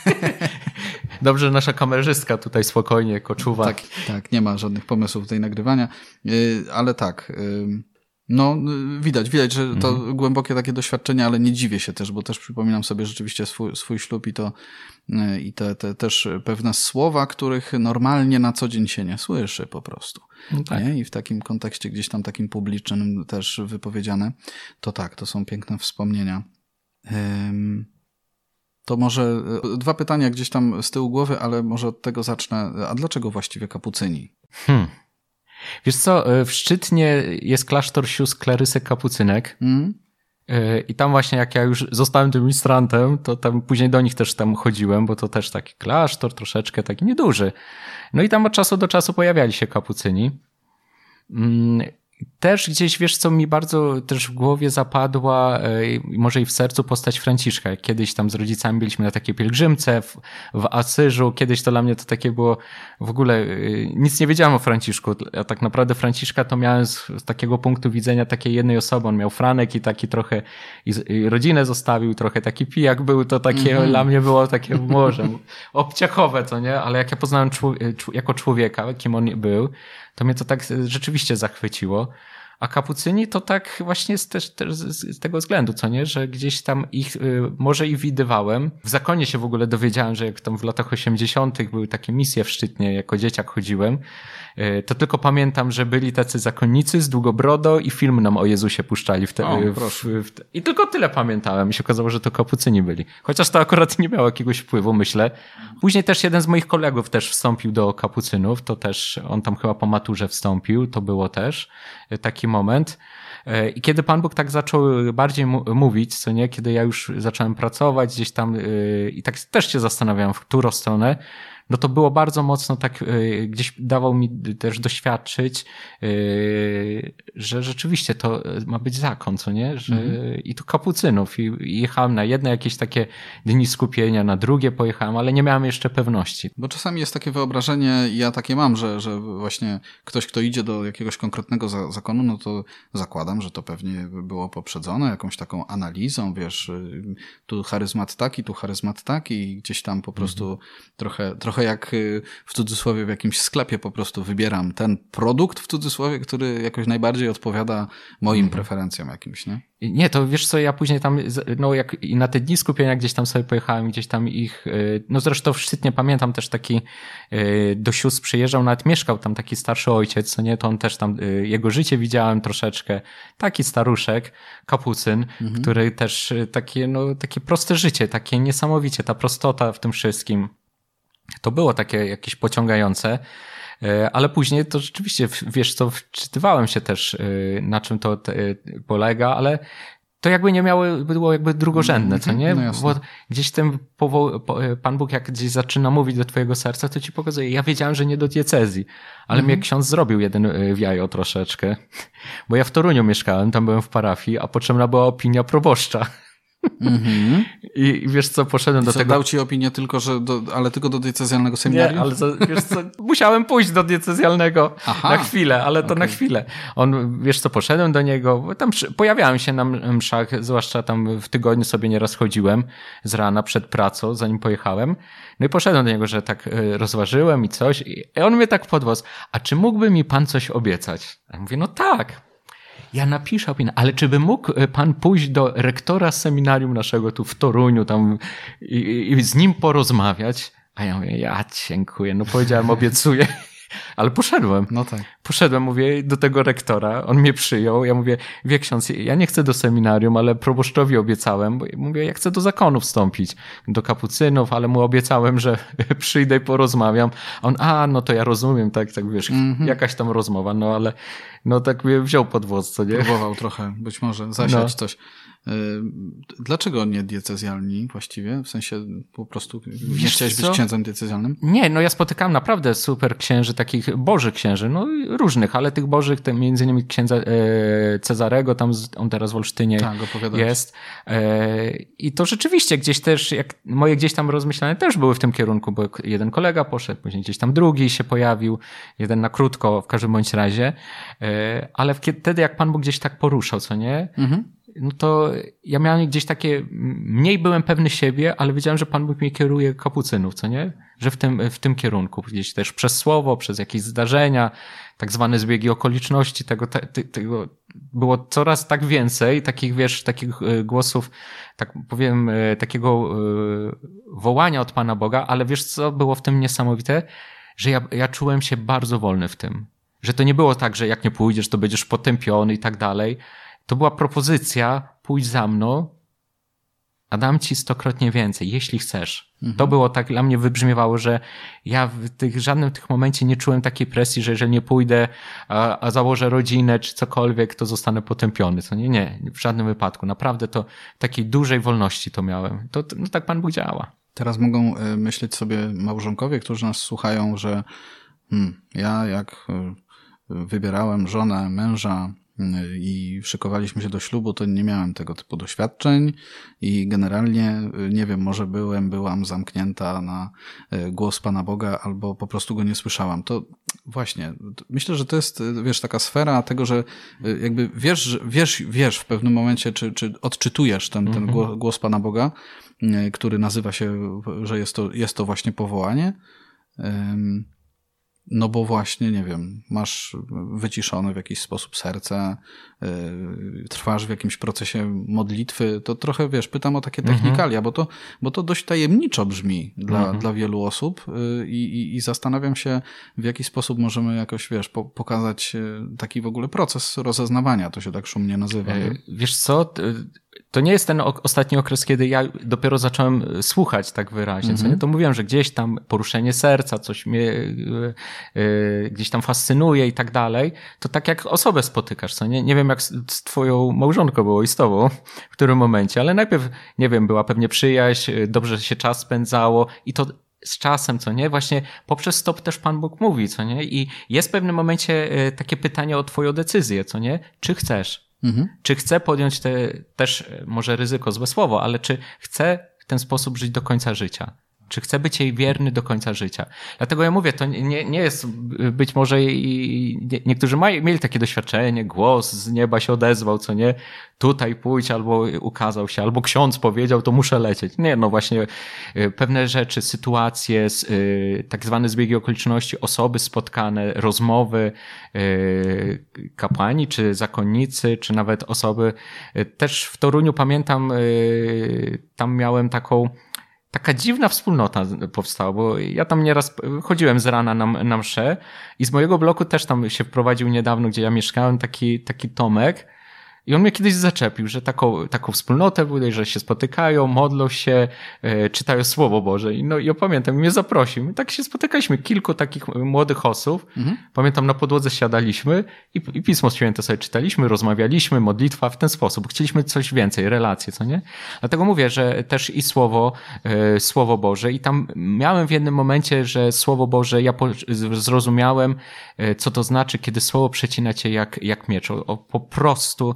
Dobrze, że nasza kamerzystka tutaj spokojnie koczuwa. Tak, tak, nie ma żadnych pomysłów tutaj nagrywania, ale tak... No, widać, widać, że to mhm. głębokie takie doświadczenie, ale nie dziwię się też, bo też przypominam sobie rzeczywiście swój, swój ślub i to i te, te też pewne słowa, których normalnie na co dzień się nie słyszy po prostu. No tak. Nie? I w takim kontekście gdzieś tam takim publicznym też wypowiedziane, to tak, to są piękne wspomnienia. Um, To może dwa pytania gdzieś tam z tyłu głowy, ale może od tego zacznę. A dlaczego właściwie kapucyni? Hmm. Wiesz co, w Szczytnie jest klasztor sióstr Klarysek Kapucynek. Mm. I tam właśnie jak ja już zostałem tym ministrantem, to tam później do nich też tam chodziłem, bo to też taki klasztor troszeczkę taki nieduży. No i tam od czasu do czasu pojawiali się kapucyni. Też gdzieś, wiesz co, mi bardzo też w głowie zapadła, może i w sercu, postać Franciszka. Kiedyś tam z rodzicami byliśmy na takiej pielgrzymce w, w Asyżu. Kiedyś to dla mnie to takie było, w ogóle nic nie wiedziałem o Franciszku. Ja tak naprawdę Franciszka to miałem z, z takiego punktu widzenia takiej jednej osoby. On miał franek i taki trochę, i, i rodzinę zostawił, trochę taki pijak był. To takie mm-hmm. dla mnie było takie może obciachowe, to nie? Ale jak ja poznałem czł, czł, jako człowieka, kim on był, to mnie to tak rzeczywiście zachwyciło. A kapucyni to tak właśnie z, też, też z tego względu, co nie, że gdzieś tam ich y, może i widywałem. W Zakonie się w ogóle dowiedziałem, że jak tam w latach osiemdziesiątych były takie misje w Szczytnie, jako dzieciak chodziłem, y, to tylko pamiętam, że byli tacy zakonnicy z długobrodą i film nam o Jezusie puszczali w te, o, w, w, w te. I tylko tyle pamiętałem i się okazało, że to kapucyni byli. Chociaż to akurat nie miało jakiegoś wpływu, myślę. Później też jeden z moich kolegów też wstąpił do kapucynów, to też on tam chyba po maturze wstąpił, to było też taki moment. I kiedy Pan Bóg tak zaczął bardziej mówić, co nie, kiedy ja już zacząłem pracować gdzieś tam yy, i tak też się zastanawiałem, w którą stronę, no to było bardzo mocno tak, yy, gdzieś dawał mi też doświadczyć, yy, że rzeczywiście to ma być zakon, co nie, że mm-hmm. i tu kapucynów i, i jechałem na jedne jakieś takie dni skupienia, na drugie pojechałem, ale nie miałem jeszcze pewności. Bo czasami jest takie wyobrażenie, ja takie mam, że, że właśnie ktoś, kto idzie do jakiegoś konkretnego za, zakonu, no to zakładam, że to pewnie było poprzedzone jakąś taką analizą, wiesz, tu charyzmat taki, tu charyzmat taki i gdzieś tam po prostu mm-hmm. trochę, trochę jak w cudzysłowie w jakimś sklepie po prostu wybieram ten produkt w cudzysłowie, który jakoś najbardziej odpowiada moim mm-hmm. preferencjom jakimś, nie? Nie, to wiesz co, ja później tam, no jak i na te dni skupienia gdzieś tam sobie pojechałem, gdzieś tam ich, no zresztą w Szczytnie pamiętam też taki do sióstr przyjeżdżał, nawet mieszkał tam taki starszy ojciec, co nie, to on też tam, jego życie widziałem troszeczkę, taki staruszek, kapucyn, mhm. który też takie, no takie proste życie, takie niesamowicie, ta prostota w tym wszystkim, to było takie jakieś pociągające. Ale później to rzeczywiście, wiesz co, wczytywałem się też, na czym to polega, ale to jakby nie miało, było jakby drugorzędne, co nie? No Bo gdzieś ten powo- Pan Bóg jak gdzieś zaczyna mówić do twojego serca, to ci pokazuje. Ja wiedziałem, że nie do diecezji, ale mm-hmm. mnie ksiądz zrobił jeden w jajo troszeczkę, bo ja w Toruniu mieszkałem, tam byłem w parafii, a potrzebna była opinia proboszcza. Mm-hmm. I, I wiesz co, poszedłem I do co, tego... dał ci opinię tylko, że do, ale tylko do diecezjalnego seminarium? Nie, ale co, wiesz co, musiałem pójść do diecezjalnego Aha. na chwilę, ale to okay. na chwilę. On, wiesz co, poszedłem do niego, tam przy, pojawiałem się na mszach, zwłaszcza tam w tygodniu sobie nieraz chodziłem z rana przed pracą, zanim pojechałem. No i poszedłem do niego, że tak rozważyłem i coś i on mnie tak podwozł, a czy mógłby mi pan coś obiecać? A ja mówię, no tak. Ja napiszę opinię, ale czy by mógł pan pójść do rektora seminarium naszego tu w Toruniu tam i, i z nim porozmawiać? A ja mówię, ja dziękuję, no powiedziałem, obiecuję. Ale poszedłem. No tak. Poszedłem, mówię, do tego rektora, on mnie przyjął, ja mówię, wie ksiądz, ja nie chcę do seminarium, ale proboszczowi obiecałem, bo mówię, ja chcę do zakonu wstąpić, do kapucynów, ale mu obiecałem, że przyjdę i porozmawiam. A on, a, no to ja rozumiem, tak, tak wiesz, mm-hmm. jakaś tam rozmowa, no ale no tak mnie wziął pod włos, co nie? Próbował trochę, być może, zasiać no. coś. Dlaczego nie diecezjalni właściwie? W sensie po prostu nie Wiesz chciałeś co? być księdzem diecezjalnym? Nie, no ja spotykałem naprawdę super księży, takich bożych księży, no różnych, ale tych bożych, te między innymi księdza e, Cezarego, tam on teraz w Olsztynie tak, jest. E, I to rzeczywiście gdzieś też, jak moje gdzieś tam rozmyślania też były w tym kierunku, bo jeden kolega poszedł, później gdzieś tam drugi się pojawił, jeden na krótko w każdym bądź razie, e, ale wtedy jak Pan Bóg gdzieś tak poruszał, co nie? Mhm. No to ja miałem gdzieś takie, mniej byłem pewny siebie, ale wiedziałem, że Pan Bóg mnie kieruje kapucynów, co nie? Że w tym, w tym kierunku, gdzieś też przez słowo, przez jakieś zdarzenia, tak zwane zbiegi okoliczności, tego, te, tego było coraz tak więcej, takich, wiesz, takich głosów, tak powiem, takiego wołania od Pana Boga, ale wiesz co było w tym niesamowite? Że ja, ja czułem się bardzo wolny w tym. Że to nie było tak, że jak nie pójdziesz, to będziesz potępiony i tak dalej. To była propozycja, pójdź za mną a dam ci stokrotnie więcej, jeśli chcesz. Mhm. To było tak, dla mnie wybrzmiewało, że ja w tych, żadnym tych momencie nie czułem takiej presji, że jeżeli nie pójdę, a, a założę rodzinę czy cokolwiek, to zostanę potępiony. To nie, nie, w żadnym wypadku. Naprawdę to takiej dużej wolności to miałem. To, no tak Pan Bóg działa. Teraz mogą myśleć sobie małżonkowie, którzy nas słuchają, że hmm, ja jak wybierałem żonę, męża i szykowaliśmy się do ślubu, to nie miałem tego typu doświadczeń i generalnie, nie wiem, może byłem, byłam zamknięta na głos Pana Boga albo po prostu go nie słyszałam. To właśnie, myślę, że to jest, wiesz, taka sfera tego, że jakby wiesz, wiesz, wiesz w pewnym momencie, czy, czy odczytujesz ten, ten głos, głos Pana Boga, który nazywa się, że jest to, jest to właśnie powołanie. No bo właśnie, nie wiem, masz wyciszone w jakiś sposób serce, yy, trwasz w jakimś procesie modlitwy, to trochę, wiesz, pytam o takie technikalia, mm-hmm. bo, to, bo to dość tajemniczo brzmi dla, mm-hmm. dla wielu osób yy, i, i zastanawiam się, w jaki sposób możemy jakoś, wiesz, po, pokazać taki w ogóle proces rozeznawania, to się tak szumnie nazywa. Yy, wiesz co, to nie jest ten ostatni okres, kiedy ja dopiero zacząłem słuchać tak wyraźnie, mm-hmm. co nie? To mówiłem, że gdzieś tam poruszenie serca, coś mnie yy, yy, gdzieś tam fascynuje i tak dalej, to tak jak osobę spotykasz, co nie? Nie wiem jak z, z twoją małżonką było i z tobą, w którym momencie, ale najpierw, nie wiem, była pewnie przyjaźń, dobrze się czas spędzało i to z czasem, co nie? Właśnie poprzez to też Pan Bóg mówi, co nie? I jest w pewnym momencie takie pytanie o twoją decyzję, co nie? Czy chcesz? Mhm. Czy chcę podjąć te, też może ryzyko, złe słowo, ale czy chcę w ten sposób żyć do końca życia? Czy chcę być jej wierny do końca życia? Dlatego ja mówię, to nie, nie jest być może i nie, niektórzy mają, mieli takie doświadczenie, głos z nieba się odezwał, co nie? Tutaj pójdź, albo ukazał się, albo ksiądz powiedział, to muszę lecieć. Nie, no właśnie pewne rzeczy, sytuacje, tak zwane zbiegi okoliczności, osoby spotkane, rozmowy, kapłani, czy zakonnicy, czy nawet osoby. Też w Toruniu pamiętam, tam miałem taką Taka dziwna wspólnota powstała, bo ja tam nieraz chodziłem z rana na, na mszę i z mojego bloku też tam się wprowadził niedawno, gdzie ja mieszkałem, taki, taki Tomek i on mnie kiedyś zaczepił, że taką, taką wspólnotę byli, że się spotykają, modlą się, e, czytają Słowo Boże. I no ja pamiętam, i mnie zaprosił. I tak się spotykaliśmy, kilku takich młodych osób. Mhm. Pamiętam, na podłodze siadaliśmy i, i Pismo Święte sobie czytaliśmy, rozmawialiśmy, modlitwa w ten sposób. Chcieliśmy coś więcej, relacje, co nie? Dlatego mówię, że też i Słowo, e, Słowo Boże. I tam miałem w jednym momencie, że Słowo Boże, ja po, zrozumiałem, e, co to znaczy, kiedy Słowo przecina cię jak, jak miecz. O, o, po prostu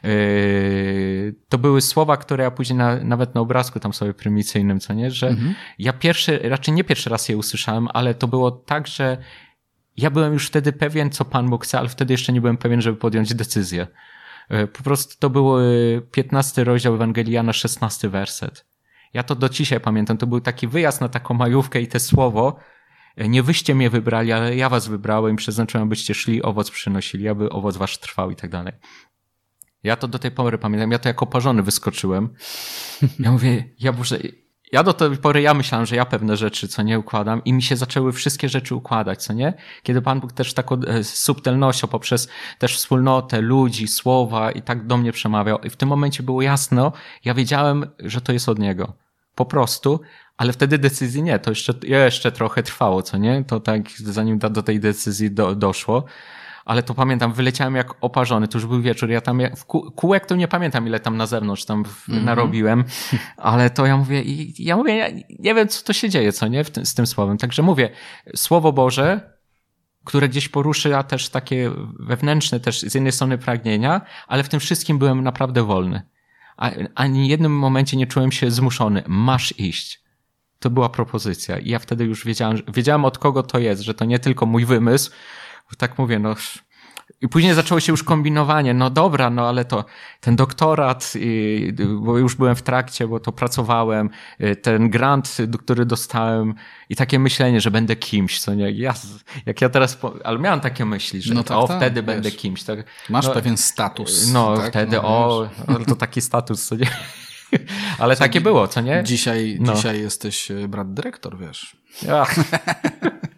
to były słowa, które ja później na, nawet na obrazku tam sobie prymicyjnym, co nie, że mhm. ja pierwszy, raczej nie pierwszy raz je usłyszałem, ale to było tak, że ja byłem już wtedy pewien, co Pan Bóg chce, ale wtedy jeszcze nie byłem pewien, żeby podjąć decyzję. Po prostu to był piętnasty rozdział Ewangelii Jana, szesnasty werset. Ja to do dzisiaj pamiętam, to był taki wyjazd na taką majówkę i te słowo, nie wyście mnie wybrali, ale ja was wybrałem i przeznaczyłem, abyście szli, owoc przynosili, aby owoc wasz trwał i tak dalej. Ja to do tej pory pamiętam, ja to jako parzony wyskoczyłem. Ja mówię, ja muszę, ja do tej pory ja myślałem, że ja pewne rzeczy, co nie układam i mi się zaczęły wszystkie rzeczy układać, co nie? Kiedy Pan Bóg też taką subtelnością poprzez też wspólnotę, ludzi, słowa i tak do mnie przemawiał i w tym momencie było jasno, ja wiedziałem, że to jest od Niego. Po prostu, ale wtedy decyzji nie, to jeszcze, jeszcze trochę trwało, co nie? To tak zanim do, do tej decyzji do, doszło. Ale to pamiętam, wyleciałem jak oparzony, to już był wieczór, ja tam w kółek to nie pamiętam, ile tam na zewnątrz tam mm-hmm. narobiłem, ale to ja mówię, i ja mówię, ja nie wiem, co to się dzieje, co nie, w tym, z tym słowem. Także mówię, Słowo Boże, które gdzieś porusza też takie wewnętrzne też z jednej strony pragnienia, ale w tym wszystkim byłem naprawdę wolny. A, ani w jednym momencie nie czułem się zmuszony, masz iść. To była propozycja i ja wtedy już wiedziałem, wiedziałem od kogo to jest, że to nie tylko mój wymysł. Tak mówię, no i później zaczęło się już kombinowanie, no dobra, no ale to ten doktorat, i, bo już byłem w trakcie, bo to pracowałem, ten grant, który dostałem i takie myślenie, że będę kimś, co nie, ja, jak ja teraz, ale miałem takie myśli, że no tak, o, tak, wtedy wiesz, będę kimś. Tak, masz no, pewien status. No tak? wtedy, no, o, ale to taki status, co nie. Ale co, takie było, co nie? Dzisiaj, no. dzisiaj jesteś brat dyrektor, wiesz. Ja.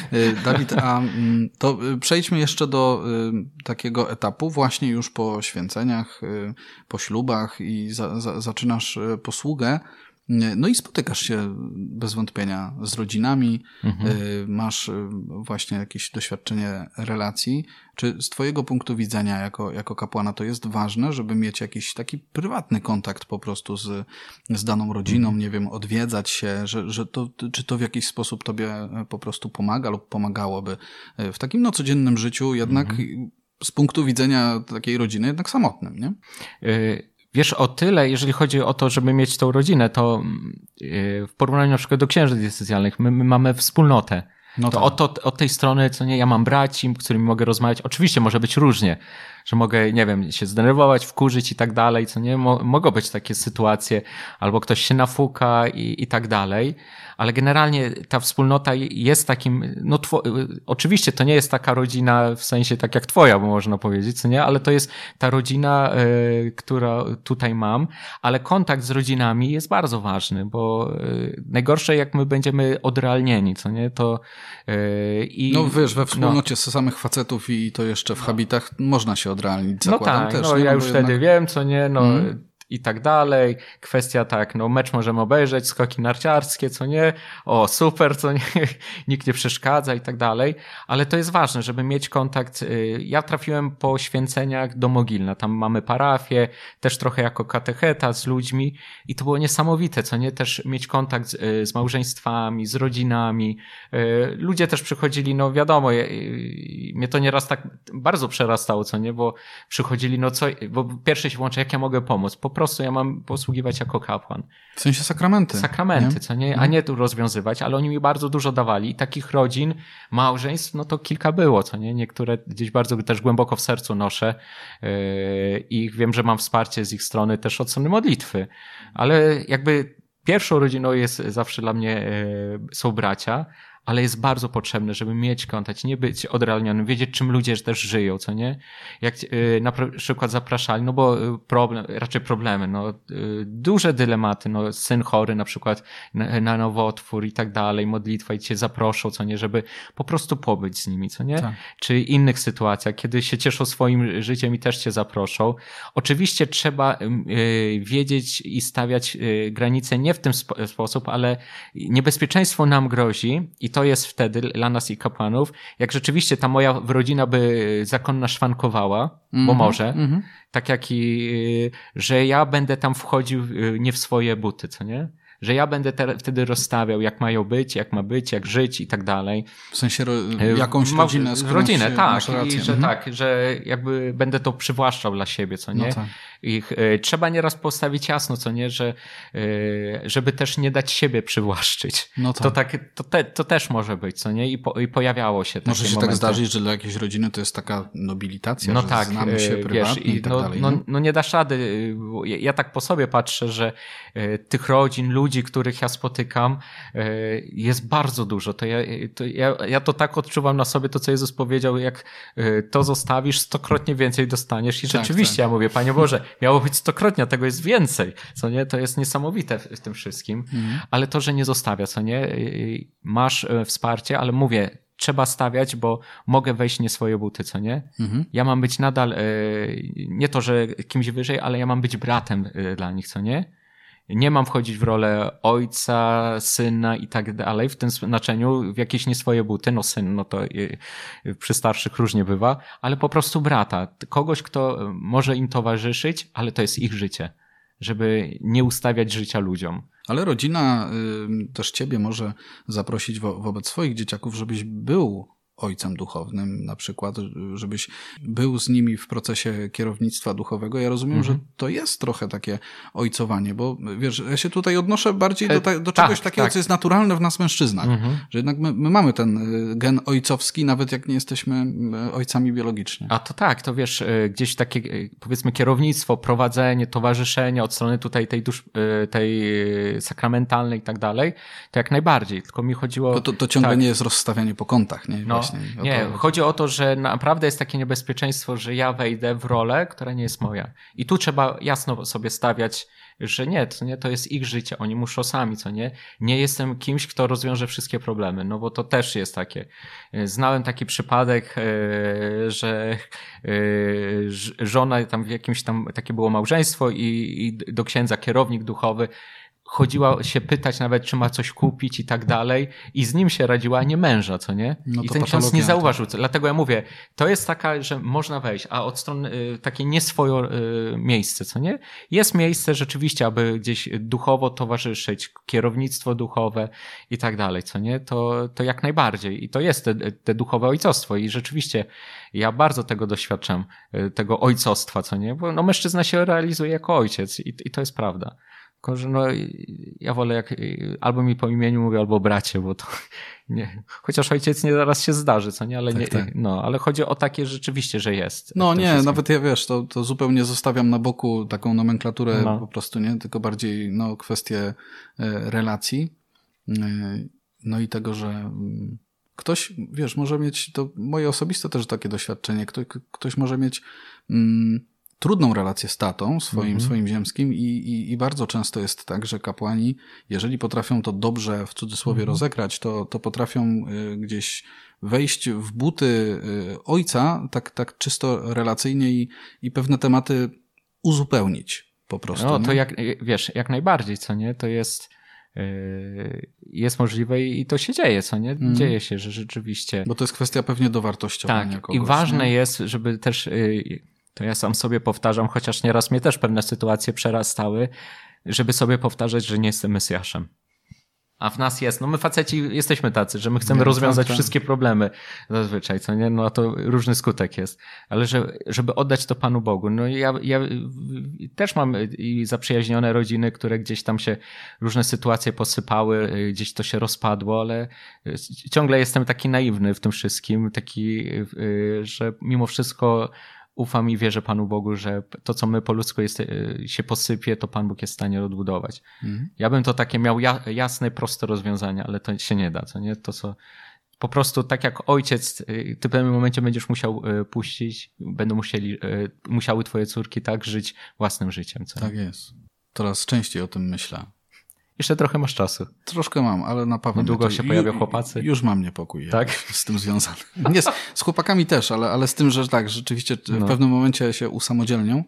Dawid, a to przejdźmy jeszcze do takiego etapu właśnie już po święceniach, po ślubach i za, za, zaczynasz posługę. No i spotykasz się bez wątpienia z rodzinami, mhm. masz właśnie jakieś doświadczenie relacji. Czy z twojego punktu widzenia jako, jako kapłana to jest ważne, żeby mieć jakiś taki prywatny kontakt po prostu z, z daną rodziną, mhm. nie wiem, odwiedzać się, że, że to, czy to w jakiś sposób tobie po prostu pomaga lub pomagałoby w takim no, codziennym życiu, jednak mhm. z punktu widzenia takiej rodziny jednak samotnym, nie? Y- Wiesz, o tyle, jeżeli chodzi o to, żeby mieć tą rodzinę, to w porównaniu na przykład do księży diecezjalnych, my, my mamy wspólnotę. No to tak. od, od tej strony, co nie, ja mam braci, z którymi mogę rozmawiać. Oczywiście może być różnie, że mogę, nie wiem, się zdenerwować, wkurzyć i tak dalej, co nie, Mo- mogą być takie sytuacje, albo ktoś się nafuka i, i tak dalej, ale generalnie ta wspólnota jest takim, no two, oczywiście to nie jest taka rodzina w sensie tak jak twoja, bo można powiedzieć, co nie, ale to jest ta rodzina, y, która tutaj mam, ale kontakt z rodzinami jest bardzo ważny, bo y, najgorsze jak my będziemy odrealnieni, co nie, to y, i... No wiesz, we wspólnocie no. samych facetów i to jeszcze w habitach można się odrealnić, zakładam no tak, też. No nie? ja No już jednak... wtedy wiem, co nie, no hmm. i tak dalej. Kwestia tak, no mecz możemy obejrzeć, skoki narciarskie, co nie, o super, co nie, nikt nie przeszkadza i tak dalej, ale to jest ważne, żeby mieć kontakt. Ja trafiłem po święceniach do Mogilna, tam mamy parafię, też trochę jako katecheta z ludźmi i to było niesamowite, co nie, też mieć kontakt z, z małżeństwami, z rodzinami. Ludzie też przychodzili, no wiadomo, mnie to nieraz tak bardzo przerastało, co nie, bo przychodzili, no co, bo pierwsze się włącza, jak ja mogę pomóc, po prostu ja mam posługiwać jako kapłan. W sensie sakramenty. Sakramenty, nie? co nie? A nie tu rozwiązywać, ale oni mi bardzo dużo dawali i takich rodzin, małżeństw, no to kilka było, co nie? Niektóre gdzieś bardzo też głęboko w sercu noszę yy, i wiem, że mam wsparcie z ich strony też od strony modlitwy, ale jakby pierwszą rodziną jest zawsze dla mnie yy, są bracia, ale jest bardzo potrzebne, żeby mieć kontakt, nie być odrealnionym, wiedzieć, czym ludzie też żyją, co nie? Jak yy, na przykład zapraszali, no bo problem, raczej problemy, no yy, duże dylematy, no syn chory na przykład na, na nowotwór i tak dalej, modlitwa i cię zaproszą, co nie, żeby po prostu pobyć z nimi, co nie? Tak. Czy innych sytuacjach, kiedy się cieszą swoim życiem i też cię zaproszą. Oczywiście trzeba yy, wiedzieć i stawiać yy, granice nie w tym sp- sposób, ale niebezpieczeństwo nam grozi i to jest wtedy dla nas i kapłanów, jak rzeczywiście ta moja rodzina by zakonna szwankowała, mm-hmm, bo może, mm-hmm. tak jak i, że ja będę tam wchodził nie w swoje buty, co nie? Że ja będę te, wtedy rozstawiał, jak mają być, jak ma być, jak żyć i tak dalej. W sensie ro, jakąś rodzinę, z którą rodzinę, się, tak. I że mhm. tak, że jakby będę to przywłaszczał dla siebie, co nie? No tak. Ich, y, trzeba nieraz postawić jasno, co nie, że y, żeby też nie dać siebie przywłaszczyć. No tak. To, tak, to, te, to też może być, co nie? I, po, i pojawiało się takie Może się momenty. tak zdarzyć, że dla jakiejś rodziny to jest taka nobilitacja, no że tak, znamy się prywatnie wiesz, i tak no, dalej. No, no, no nie dasz rady. Ja, ja tak po sobie patrzę, że y, tych rodzin, ludzi, których ja spotykam, y, jest bardzo dużo. To ja, to ja, ja to tak odczuwam na sobie, to co Jezus powiedział, jak y, to zostawisz, stokrotnie więcej dostaniesz. I tak, rzeczywiście tak. Ja mówię, Panie Boże, miało być stokrotnie, a tego jest więcej, co nie? To jest niesamowite w, w tym wszystkim. Mhm. Ale to, że nie zostawia, co nie? Y, masz y, wsparcie, ale mówię, trzeba stawiać, bo mogę wejść nie swoje buty, co nie? Mhm. Ja mam być nadal, y, nie to, że kimś wyżej, ale ja mam być bratem y, dla nich, co nie? Nie mam wchodzić w rolę ojca, syna i tak dalej, w tym znaczeniu, w jakieś nie swoje buty, no syn, no to przy starszych różnie bywa, ale po prostu brata, kogoś, kto może im towarzyszyć, ale to jest ich życie, żeby nie ustawiać życia ludziom. Ale rodzina y, też ciebie może zaprosić wo- wobec swoich dzieciaków, żebyś był ojcem duchownym na przykład, żebyś był z nimi w procesie kierownictwa duchowego. Ja rozumiem, mhm. że to jest trochę takie ojcowanie, bo wiesz, ja się tutaj odnoszę bardziej do, ta- do czegoś tak, takiego, tak. co jest naturalne w nas mężczyznach. Mhm. Że jednak my, my mamy ten gen ojcowski, nawet jak nie jesteśmy ojcami biologiczni. A to tak, to wiesz, gdzieś takie powiedzmy kierownictwo, prowadzenie, towarzyszenie od strony tutaj tej dusz, tej sakramentalnej i tak dalej, to jak najbardziej, tylko mi chodziło... To, to, to ciągle tak. nie jest rozstawianie po kątach, nie? No. O nie, to... chodzi o to, że naprawdę jest takie niebezpieczeństwo, że ja wejdę w rolę, która nie jest moja. I tu trzeba jasno sobie stawiać że nie, to nie, to jest ich życie, oni muszą sami, co nie? Nie jestem kimś, kto rozwiąże wszystkie problemy, no bo to też jest takie. Znałem taki przypadek, że żona tam w jakimś tam, takie było małżeństwo i, i do księdza kierownik duchowy chodziła się pytać nawet, czy ma coś kupić i tak dalej i z nim się radziła, a nie męża, co nie? No I ten ksiądz nie zauważył. To. Dlatego ja mówię, to jest taka, że można wejść, a od strony y, takie nie swoje y, miejsce, co nie? Jest miejsce rzeczywiście, aby gdzieś duchowo towarzyszyć, kierownictwo duchowe i tak dalej, co nie? To, to jak najbardziej. I to jest te, te duchowe ojcostwo i rzeczywiście ja bardzo tego doświadczam, y, tego ojcostwa, co nie? Bo no, mężczyzna się realizuje jako ojciec i, i to jest prawda. Tylko, że no, ja wolę jak albo mi po imieniu mówię, albo bracie, bo to nie, chociaż ojciec nie zaraz się zdarzy, co nie, ale tak, nie, tak. no, ale chodzi o takie rzeczywiście, że jest. No nie, wszystkim. Nawet ja wiesz, to, to zupełnie zostawiam na boku taką nomenklaturę no. po prostu, nie, tylko bardziej, no, kwestie e, relacji, e, no i tego, że m, ktoś, wiesz, może mieć, to moje osobiste też takie doświadczenie, ktoś, ktoś może mieć m, trudną relację z tatą swoim, mm-hmm. swoim ziemskim i, i, i bardzo często jest tak, że kapłani, jeżeli potrafią to dobrze w cudzysłowie mm-hmm. rozegrać, to, to potrafią y, gdzieś wejść w buty y, ojca tak, tak czysto relacyjnie i, i pewne tematy uzupełnić po prostu. No to nie? jak, wiesz, jak najbardziej, co nie, to jest jest możliwe i to się dzieje, co nie? Mm. Dzieje się, że rzeczywiście... Bo to jest kwestia pewnie dowartościowania tak, kogoś. i ważne nie? jest, żeby też... To ja sam sobie powtarzam, chociaż nieraz mnie też pewne sytuacje przerastały, żeby sobie powtarzać, że nie jestem Mesjaszem. A w nas jest, no my faceci jesteśmy tacy, że my chcemy nie, rozwiązać tak, tak. wszystkie problemy zazwyczaj, co nie? No to różny skutek jest. Ale że, żeby oddać to Panu Bogu. No ja, ja też mam i zaprzyjaźnione rodziny, które gdzieś tam się różne sytuacje posypały, gdzieś to się rozpadło, ale ciągle jestem taki naiwny w tym wszystkim, taki, że mimo wszystko ufam i wierzę Panu Bogu, że to, co my po ludzku jest, się posypie, to Pan Bóg jest w stanie odbudować. Mhm. Ja bym to takie miał jasne, proste rozwiązania, ale to się nie da, co nie? To, co po prostu tak jak ojciec, ty w pewnym momencie będziesz musiał puścić, będą musieli, musiały twoje córki tak żyć własnym życiem. Co tak nie? jest. Coraz częściej o tym myślę. Jeszcze trochę masz czasu. Troszkę mam, ale na pewno... Niedługo się pojawią chłopacy. Już mam niepokój tak? z tym związany. Nie, z, z chłopakami też, ale, ale z tym, że tak, rzeczywiście w no. pewnym momencie się usamodzielnią.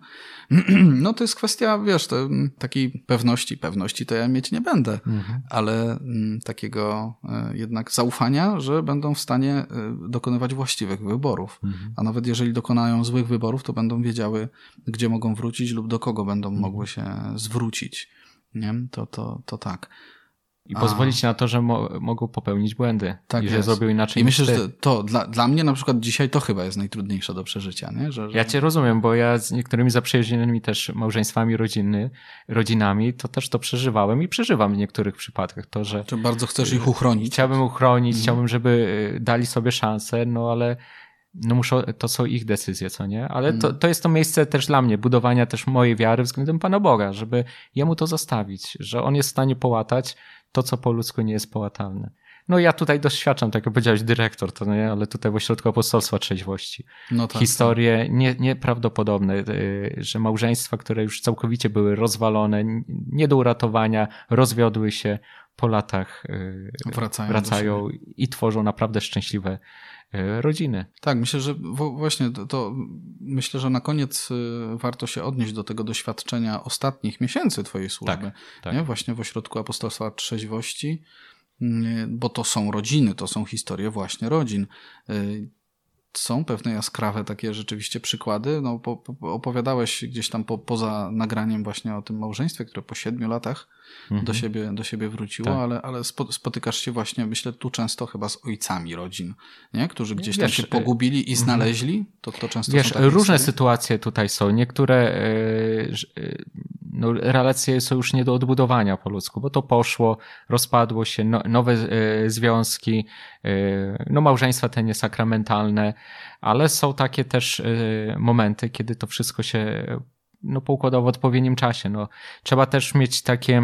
No to jest kwestia, wiesz, to, takiej pewności. Pewności to ja mieć nie będę, mhm. ale m, takiego e, jednak zaufania, że będą w stanie e, dokonywać właściwych wyborów. Mhm. A nawet jeżeli dokonają złych wyborów, to będą wiedziały, gdzie mogą wrócić lub do kogo będą mhm. mogły się zwrócić. Nie? To, to, to tak. I A. pozwolić na to, że mo- mogą popełnić błędy. Tak I jest. że zrobią inaczej. I myślę, ty. że to dla, dla mnie na przykład dzisiaj to chyba jest najtrudniejsze do przeżycia. Nie? Że, że... Ja cię rozumiem, bo ja z niektórymi zaprzyjaźnionymi też małżeństwami, rodziny, rodzinami, to też to przeżywałem i przeżywam w niektórych przypadkach. To, że Czy bardzo chcesz ich uchronić? Chciałbym uchronić, mhm. chciałbym, żeby dali sobie szansę, no ale no muszą, to są ich decyzje, co nie? Ale to, to jest to miejsce też dla mnie, budowania też mojej wiary względem Pana Boga, żeby Jemu to zostawić, że On jest w stanie połatać to, co po ludzku nie jest połatalne. No ja tutaj doświadczam, tak jak powiedziałeś, dyrektor, to nie, ale tutaj w Ośrodku Apostolstwa Trzeźwości. No tak, Historie tak. Nie, nieprawdopodobne, że małżeństwa, które już całkowicie były rozwalone, nie do uratowania, rozwiodły się, po latach wracają, wracają i tworzą naprawdę szczęśliwe rodziny. Tak, myślę, że właśnie to, to myślę, że na koniec warto się odnieść do tego doświadczenia ostatnich miesięcy twojej służby. Tak, tak. Nie? Właśnie w Ośrodku Apostolstwa Trzeźwości, bo to są rodziny, to są historie właśnie rodzin. Są pewne jaskrawe takie rzeczywiście przykłady. No, po, po, opowiadałeś gdzieś tam po, poza nagraniem właśnie o tym małżeństwie, które po siedmiu latach mhm. do siebie, do siebie wróciło, tak. ale, ale spotykasz się właśnie, myślę, tu często chyba z ojcami rodzin, nie? Którzy gdzieś wiesz, tam się pogubili i znaleźli. To, to często wiesz, są takie różne historie. Sytuacje tutaj są. Niektóre no, relacje są już nie do odbudowania po ludzku, bo to poszło, rozpadło się, no, nowe e, związki, e, no małżeństwa te niesakramentalne, ale są takie też e, momenty, kiedy to wszystko się no, poukładało w odpowiednim czasie. No, trzeba też mieć takie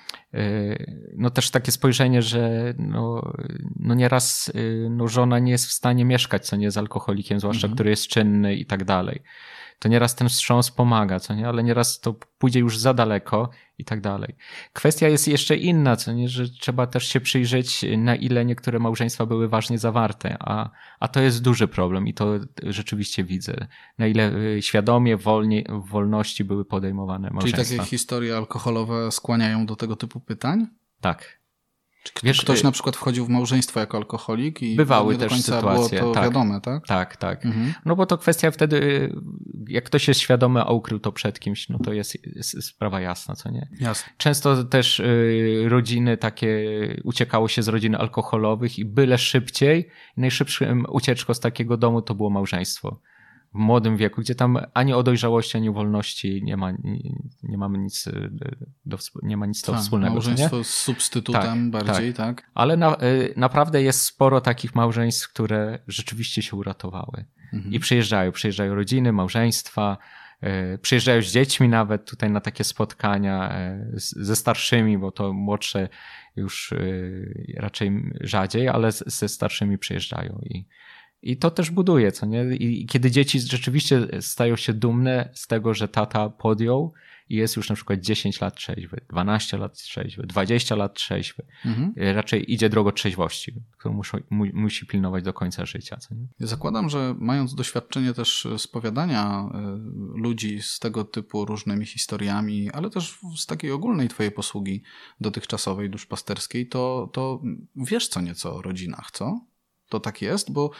no też takie spojrzenie, że no, no nieraz no żona nie jest w stanie mieszkać, co nie z alkoholikiem, zwłaszcza, mhm. który jest czynny i tak dalej. to nieraz ten wstrząs pomaga, co nie? Ale nieraz to pójdzie już za daleko i tak dalej. Kwestia jest jeszcze inna, co nie? Że trzeba też się przyjrzeć, na ile niektóre małżeństwa były ważnie zawarte, a, a to jest duży problem i to rzeczywiście widzę. Na ile świadomie, wolnie, w wolności były podejmowane małżeństwa. Czyli takie historie alkoholowe skłaniają do tego typu pytań? Tak. Czy Wiesz, ktoś na przykład wchodził w małżeństwo jako alkoholik i bywały nie do też końca sytuacje, było to tak, wiadome, tak? Tak, tak. Mhm. No bo to kwestia wtedy, jak ktoś jest świadomy, a ukrył to przed kimś, no to jest, jest sprawa jasna, co nie? Jasne. Często też y, rodziny takie, uciekało się z rodzin alkoholowych i byle szybciej, najszybszym ucieczką z takiego domu to było małżeństwo. W młodym wieku, gdzie tam ani o dojrzałości, ani o wolności nie ma, nie, nie mamy nic do, nie ma nic do tak, wspólnego. Małżeństwo nie? z substytutem tak, bardziej, tak. tak? Ale na, naprawdę jest sporo takich małżeństw, które rzeczywiście się uratowały. Mhm. I przyjeżdżają, przyjeżdżają rodziny, małżeństwa, przyjeżdżają z dziećmi nawet tutaj na takie spotkania ze starszymi, bo to młodsze już raczej rzadziej, ale ze starszymi przyjeżdżają i I to też buduje, co nie? I kiedy dzieci rzeczywiście stają się dumne z tego, że tata podjął i jest już na przykład dziesięć lat trzeźwy, dwanaście lat trzeźwy, dwadzieścia lat trzeźwy, mhm. raczej idzie drogą trzeźwości, którą muszą, mu, musi pilnować do końca życia. Co nie? Ja zakładam, że mając doświadczenie też spowiadania ludzi z tego typu różnymi historiami, ale też z takiej ogólnej twojej posługi dotychczasowej, duszpasterskiej, to, to wiesz co nieco o rodzinach, co? To tak jest, bo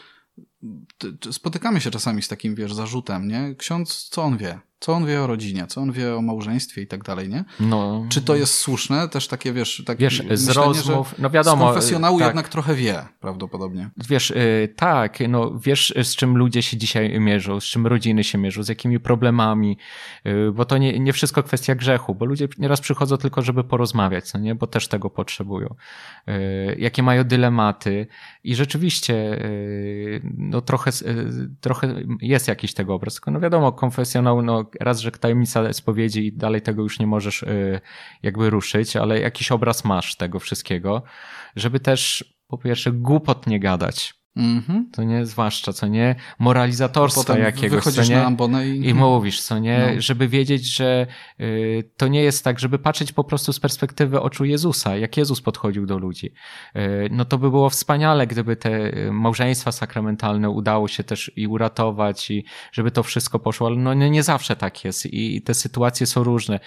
spotykamy się czasami z takim, wiesz, zarzutem, nie? Ksiądz, co on wie? Co on wie o rodzinie? Co on wie o małżeństwie i tak dalej, nie? No. Czy to jest słuszne? Też takie, wiesz, takie wiesz, z myślenie, rozmów, no wiadomo. Z konfesjonału tak. jednak trochę wie, prawdopodobnie. Wiesz, tak, no wiesz, z czym ludzie się dzisiaj mierzą, z czym rodziny się mierzą, z jakimi problemami, bo to nie, nie wszystko kwestia grzechu, bo ludzie nieraz przychodzą tylko, żeby porozmawiać, co nie? Bo też tego potrzebują. Jakie mają dylematy i rzeczywiście no trochę, trochę jest jakiś tego obraz, tylko no wiadomo, konfesjonał, no raz, że tajemnica spowiedzi i dalej tego już nie możesz jakby ruszyć, ale jakiś obraz masz tego wszystkiego, żeby też po pierwsze głupot nie gadać. Mm-hmm. To nie, zwłaszcza, co nie, moralizatorstwa potem jakiegoś, wychodzisz co nie, na ambonę i... i mówisz, co nie, no. Żeby wiedzieć, że y, to nie jest tak, żeby patrzeć po prostu z perspektywy oczu Jezusa, jak Jezus podchodził do ludzi. Y, no to by było wspaniale, gdyby te małżeństwa sakramentalne udało się też i uratować i żeby to wszystko poszło, ale no nie, nie zawsze tak jest i, i te sytuacje są różne.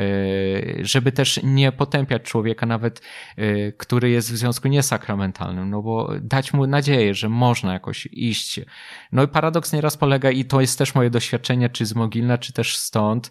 Y, żeby też nie potępiać człowieka nawet, y, który jest w związku niesakramentalnym, no bo dać mu nadzieję, że można jakoś iść. No i paradoks nieraz polega, i to jest też moje doświadczenie, czy z Mogilna, czy też stąd,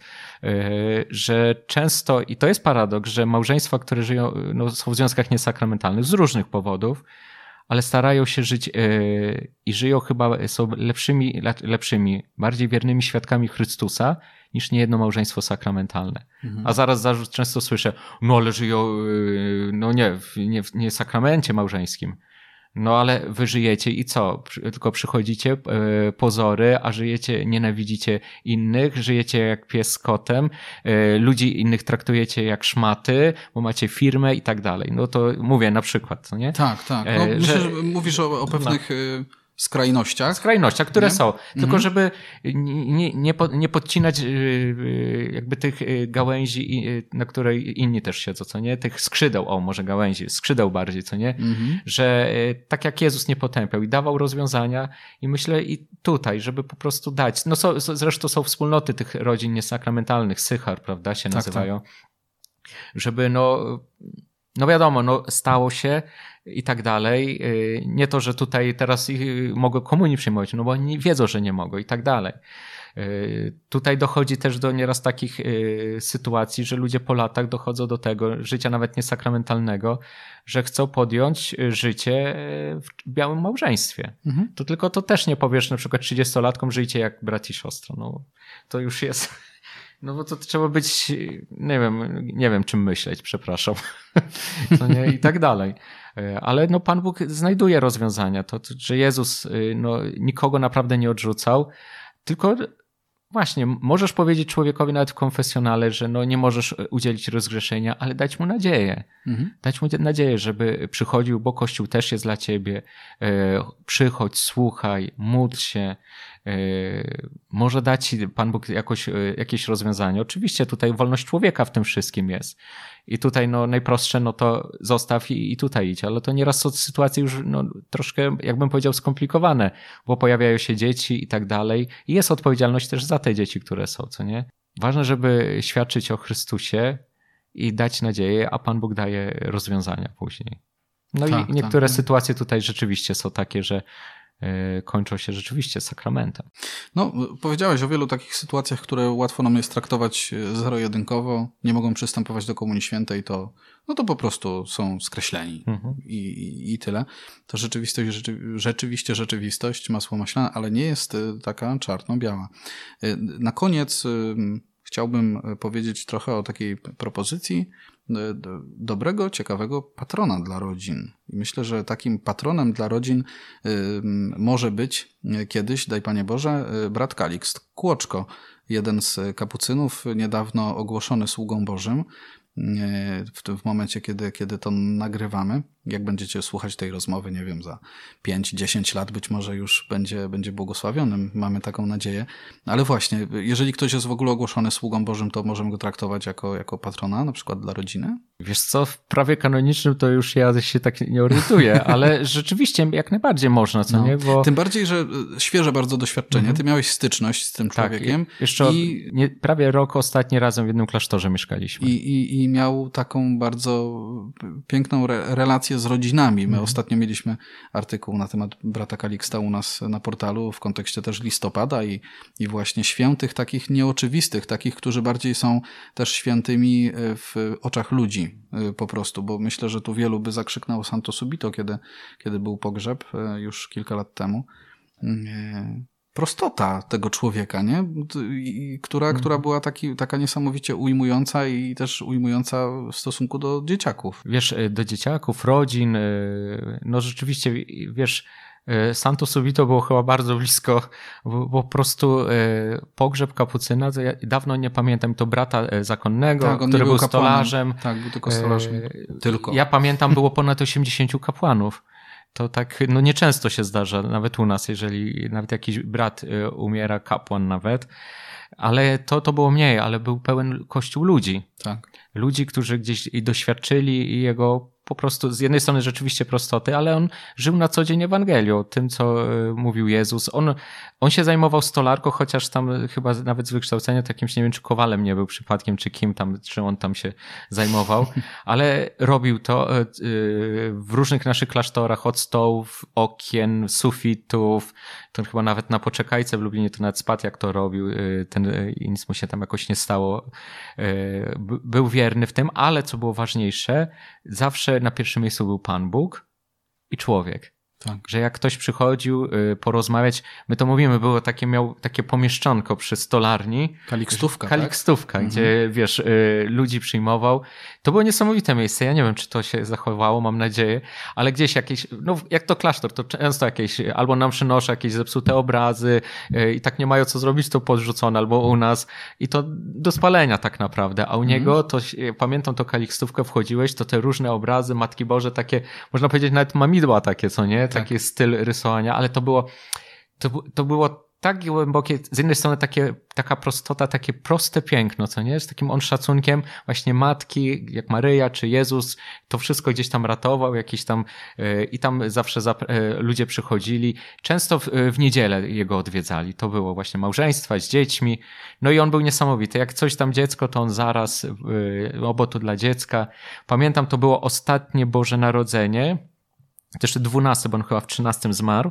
że często, i to jest paradoks, że małżeństwa, które żyją, no, są w związkach niesakramentalnych z różnych powodów, ale starają się żyć yy, i żyją chyba, są lepszymi, lepszymi, bardziej wiernymi świadkami Chrystusa niż niejedno małżeństwo sakramentalne. Mhm. A zaraz zarzut często słyszę, no ale żyją, yy, no nie, w, nie, w nie sakramencie małżeńskim. No ale wy żyjecie i co? Tylko przychodzicie, e, pozory, a żyjecie, nienawidzicie innych, żyjecie jak pies z kotem, e, ludzi innych traktujecie jak szmaty, bo macie firmę i tak dalej. No to mówię na przykład, co nie? Tak, tak. No, e, myślę, że, że mówisz o, o pewnych... No. Skrajnościach. Skrajnościach, które nie? są. Tylko mhm. żeby nie, nie, nie podcinać jakby tych gałęzi, na której inni też siedzą, co nie? Tych skrzydeł, o może gałęzi, skrzydeł bardziej, co nie? Mhm. Że tak jak Jezus nie potępiał i dawał rozwiązania i myślę i tutaj, żeby po prostu dać. No są, zresztą są wspólnoty tych rodzin niesakramentalnych, sychar, prawda, się tak, nazywają. Tak. Żeby no... No wiadomo, no stało się i tak dalej. Nie to, że tutaj teraz mogą komunii przyjmować, no bo oni wiedzą, że nie mogą i tak dalej. Tutaj dochodzi też do nieraz takich sytuacji, że ludzie po latach dochodzą do tego życia nawet niesakramentalnego, że chcą podjąć życie w białym małżeństwie. Mhm. To tylko to też nie powiesz na przykład trzydziestolatkom, żyjcie jak brat i siostra. No to już jest... No bo to trzeba być, nie wiem, nie wiem czym myśleć, przepraszam. No nie, i tak dalej. Ale no Pan Bóg znajduje rozwiązania. To, że Jezus no, nikogo naprawdę nie odrzucał, tylko właśnie możesz powiedzieć człowiekowi nawet w konfesjonale, że no nie możesz udzielić rozgrzeszenia, ale dać mu nadzieję. Mhm. Dać mu nadzieję, żeby przychodził, bo Kościół też jest dla ciebie. Przychodź, słuchaj, módl się. może dać ci Pan Bóg jakoś, jakieś rozwiązanie. Oczywiście tutaj wolność człowieka w tym wszystkim jest. I tutaj no, najprostsze, no to zostaw i, i tutaj idź. Ale to nieraz są sytuacje już no, troszkę, jakbym powiedział, skomplikowane, bo pojawiają się dzieci i tak dalej. I jest odpowiedzialność też za te dzieci, które są, co nie? Ważne, żeby świadczyć o Chrystusie i dać nadzieję, a Pan Bóg daje rozwiązania później. No tak, i niektóre tak, sytuacje tutaj rzeczywiście są takie, że kończą się rzeczywiście sakramentem. No, powiedziałeś o wielu takich sytuacjach, które łatwo nam jest traktować zero-jedynkowo, nie mogą przystępować do Komunii Świętej, to, no to po prostu są skreśleni mhm. I, i, i tyle. To rzeczywistość, rzeczy, rzeczywiście rzeczywistość, masło maślane, ale nie jest taka czarno-biała. Na koniec chciałbym powiedzieć trochę o takiej propozycji dobrego, ciekawego patrona dla rodzin. I myślę, że takim patronem dla rodzin może być kiedyś, daj Panie Boże, brat Kalikst Kłoczko, jeden z kapucynów, niedawno ogłoszony sługą Bożym. W, w momencie, kiedy, kiedy to nagrywamy, jak będziecie słuchać tej rozmowy, nie wiem, za pięć dziesięć lat być może już będzie, będzie błogosławionym, mamy taką nadzieję. Ale właśnie, jeżeli ktoś jest w ogóle ogłoszony sługą Bożym, to możemy go traktować jako, jako patrona, na przykład dla rodziny? Wiesz co, w prawie kanonicznym to już ja się tak nie orientuję, ale rzeczywiście jak najbardziej można, co no. nie? Bo... Tym bardziej, że świeże bardzo doświadczenie. Mm-hmm. Ty miałeś styczność z tym człowiekiem. Tak, jeszcze i... nie, prawie rok ostatni razem w jednym klasztorze mieszkaliśmy. I, i, i miał taką bardzo piękną re- relację z rodzinami. My mm-hmm. ostatnio mieliśmy artykuł na temat brata Kaliksta u nas na portalu w kontekście też listopada i, i właśnie świętych takich nieoczywistych, takich, którzy bardziej są też świętymi w oczach ludzi po prostu, bo myślę, że tu wielu by zakrzyknęło Santo Subito, kiedy, kiedy był pogrzeb już kilka lat temu. Prostota tego człowieka, nie? I, która, mm. która była taki, taka niesamowicie ujmująca i też ujmująca w stosunku do dzieciaków. Wiesz, do dzieciaków, rodzin, no rzeczywiście, wiesz, Santo Subito było chyba bardzo blisko, bo po prostu pogrzeb kapucyna, ja dawno nie pamiętam, to brata zakonnego, tak, który był, był stolarzem. Tak, był tylko stolarzem. Tylko. Ja pamiętam, było ponad osiemdziesięciu kapłanów. To tak, no nieczęsto się zdarza, nawet u nas, jeżeli nawet jakiś brat umiera, kapłan nawet, ale to, to było mniej, ale był pełen kościół ludzi. Tak. Ludzi, którzy gdzieś doświadczyli jego po prostu z jednej strony rzeczywiście prostoty, ale on żył na co dzień Ewangelią, tym co mówił Jezus. On, on się zajmował stolarką, chociaż tam chyba nawet z wykształcenia takim, nie wiem czy kowalem nie był przypadkiem, czy kim tam, czy on tam się zajmował, ale robił to w różnych naszych klasztorach, od stołów, okien, sufitów, to chyba nawet na Poczekajce w Lublinie to nawet spadł, jak to robił, ten, i nic mu się tam jakoś nie stało. Był wierny w tym, ale co było ważniejsze, zawsze na pierwszym miejscu był Pan Bóg i człowiek. Tak. Że jak ktoś przychodził y, porozmawiać, my to mówimy, było takie, miał takie pomieszczonko przy stolarni. Kalikstówka, Kalikstówka, tak? gdzie mhm. wiesz, y, ludzi przyjmował. To było niesamowite miejsce. Ja nie wiem, czy to się zachowało, mam nadzieję, ale gdzieś jakieś, no jak to klasztor, to często jakieś, albo nam przynoszą jakieś zepsute obrazy y, i tak nie mają co zrobić, to podrzucone, albo u nas. I to do spalenia tak naprawdę. A u mhm. niego, to y, pamiętam to Kalikstówkę, wchodziłeś, to te różne obrazy, Matki Boże, takie, można powiedzieć nawet mamidła takie, co nie? Taki tak. styl rysowania, ale to było, to, to było tak głębokie, z jednej strony takie, taka prostota, takie proste piękno, co nie? Z takim on szacunkiem właśnie matki, jak Maryja czy Jezus, to wszystko gdzieś tam ratował, jakieś tam yy, i tam zawsze zap- yy, ludzie przychodzili. Często w, yy, w niedzielę jego odwiedzali. To było właśnie małżeństwa z dziećmi. No i on był niesamowity. Jak coś tam dziecko, to on zaraz yy, obotu dla dziecka. Pamiętam, to było ostatnie Boże Narodzenie, też dwunaste, bo on chyba w trzynastym zmarł.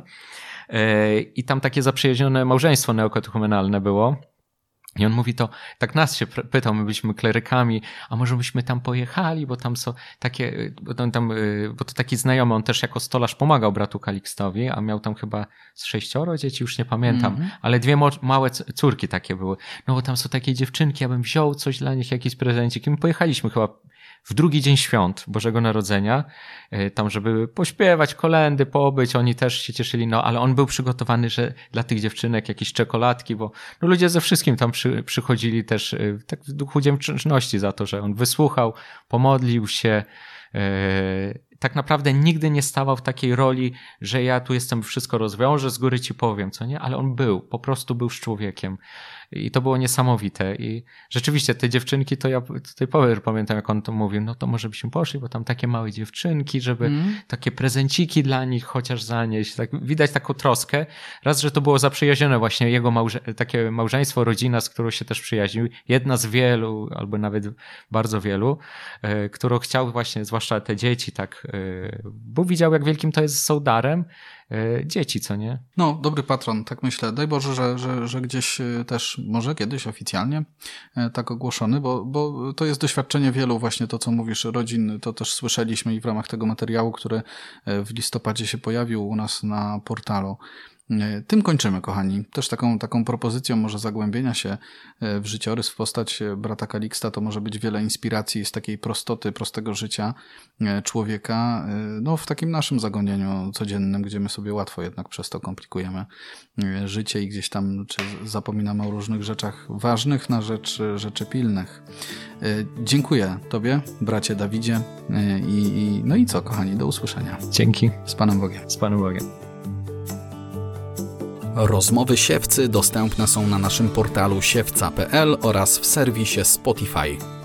I tam takie zaprzyjaźnione małżeństwo neokatechumenalne było. I on mówi to, tak nas się pytał, my byliśmy klerykami, a może byśmy tam pojechali, bo tam są takie, bo, tam, tam, bo to taki znajomy, on też jako stolarz pomagał bratu Kalikstowi, a miał tam chyba z sześcioro dzieci, już nie pamiętam, mm-hmm. ale dwie mo- małe córki takie były. No bo tam są takie dziewczynki, ja bym wziął coś dla nich, jakiś prezencik. I my pojechaliśmy chyba w drugi dzień świąt Bożego Narodzenia, tam żeby pośpiewać kolędy, pobyć, oni też się cieszyli, no ale on był przygotowany, że dla tych dziewczynek jakieś czekoladki, bo no, ludzie ze wszystkim tam przy, przychodzili też tak w duchu wdzięczności za to, że on wysłuchał, pomodlił się, tak naprawdę nigdy nie stawał w takiej roli, że ja tu jestem, wszystko rozwiążę, z góry ci powiem, co nie? Ale on był, po prostu był z człowiekiem. I to było niesamowite. I rzeczywiście te dziewczynki, to ja do tej pory pamiętam, jak on to mówił, no to może byśmy poszli, bo tam takie małe dziewczynki, żeby mm. takie prezenciki dla nich chociaż zanieść. Tak, widać taką troskę. Raz, że to było zaprzyjaźnione właśnie jego małże- takie małżeństwo, rodzina, z którą się też przyjaźnił. Jedna z wielu, albo nawet bardzo wielu, yy, którą chciał właśnie, zwłaszcza te dzieci, tak, yy, bo widział, jak wielkim to jest sołdarem, dzieci, co nie? No, dobry patron, tak myślę. Daj Boże, że, że, że gdzieś też, może kiedyś oficjalnie tak ogłoszony, bo, bo to jest doświadczenie wielu, właśnie to, co mówisz, rodzin, to też słyszeliśmy i w ramach tego materiału, który w listopadzie się pojawił u nas na portalu. Tym kończymy, kochani. Też taką, taką propozycją może zagłębienia się w życiorys, w postać brata Kaliksta, to może być wiele inspiracji z takiej prostoty, prostego życia człowieka, no w takim naszym zagonieniu codziennym, gdzie my sobie łatwo jednak przez to komplikujemy życie i gdzieś tam czy zapominamy o różnych rzeczach ważnych na rzecz rzeczy pilnych. Dziękuję Tobie, bracie Dawidzie i, i no i co, kochani, do usłyszenia. Dzięki. Z Panem Bogiem. Z Panem Bogiem. Rozmowy Siewcy dostępne są na naszym portalu siewca kropka p l oraz w serwisie Spotify.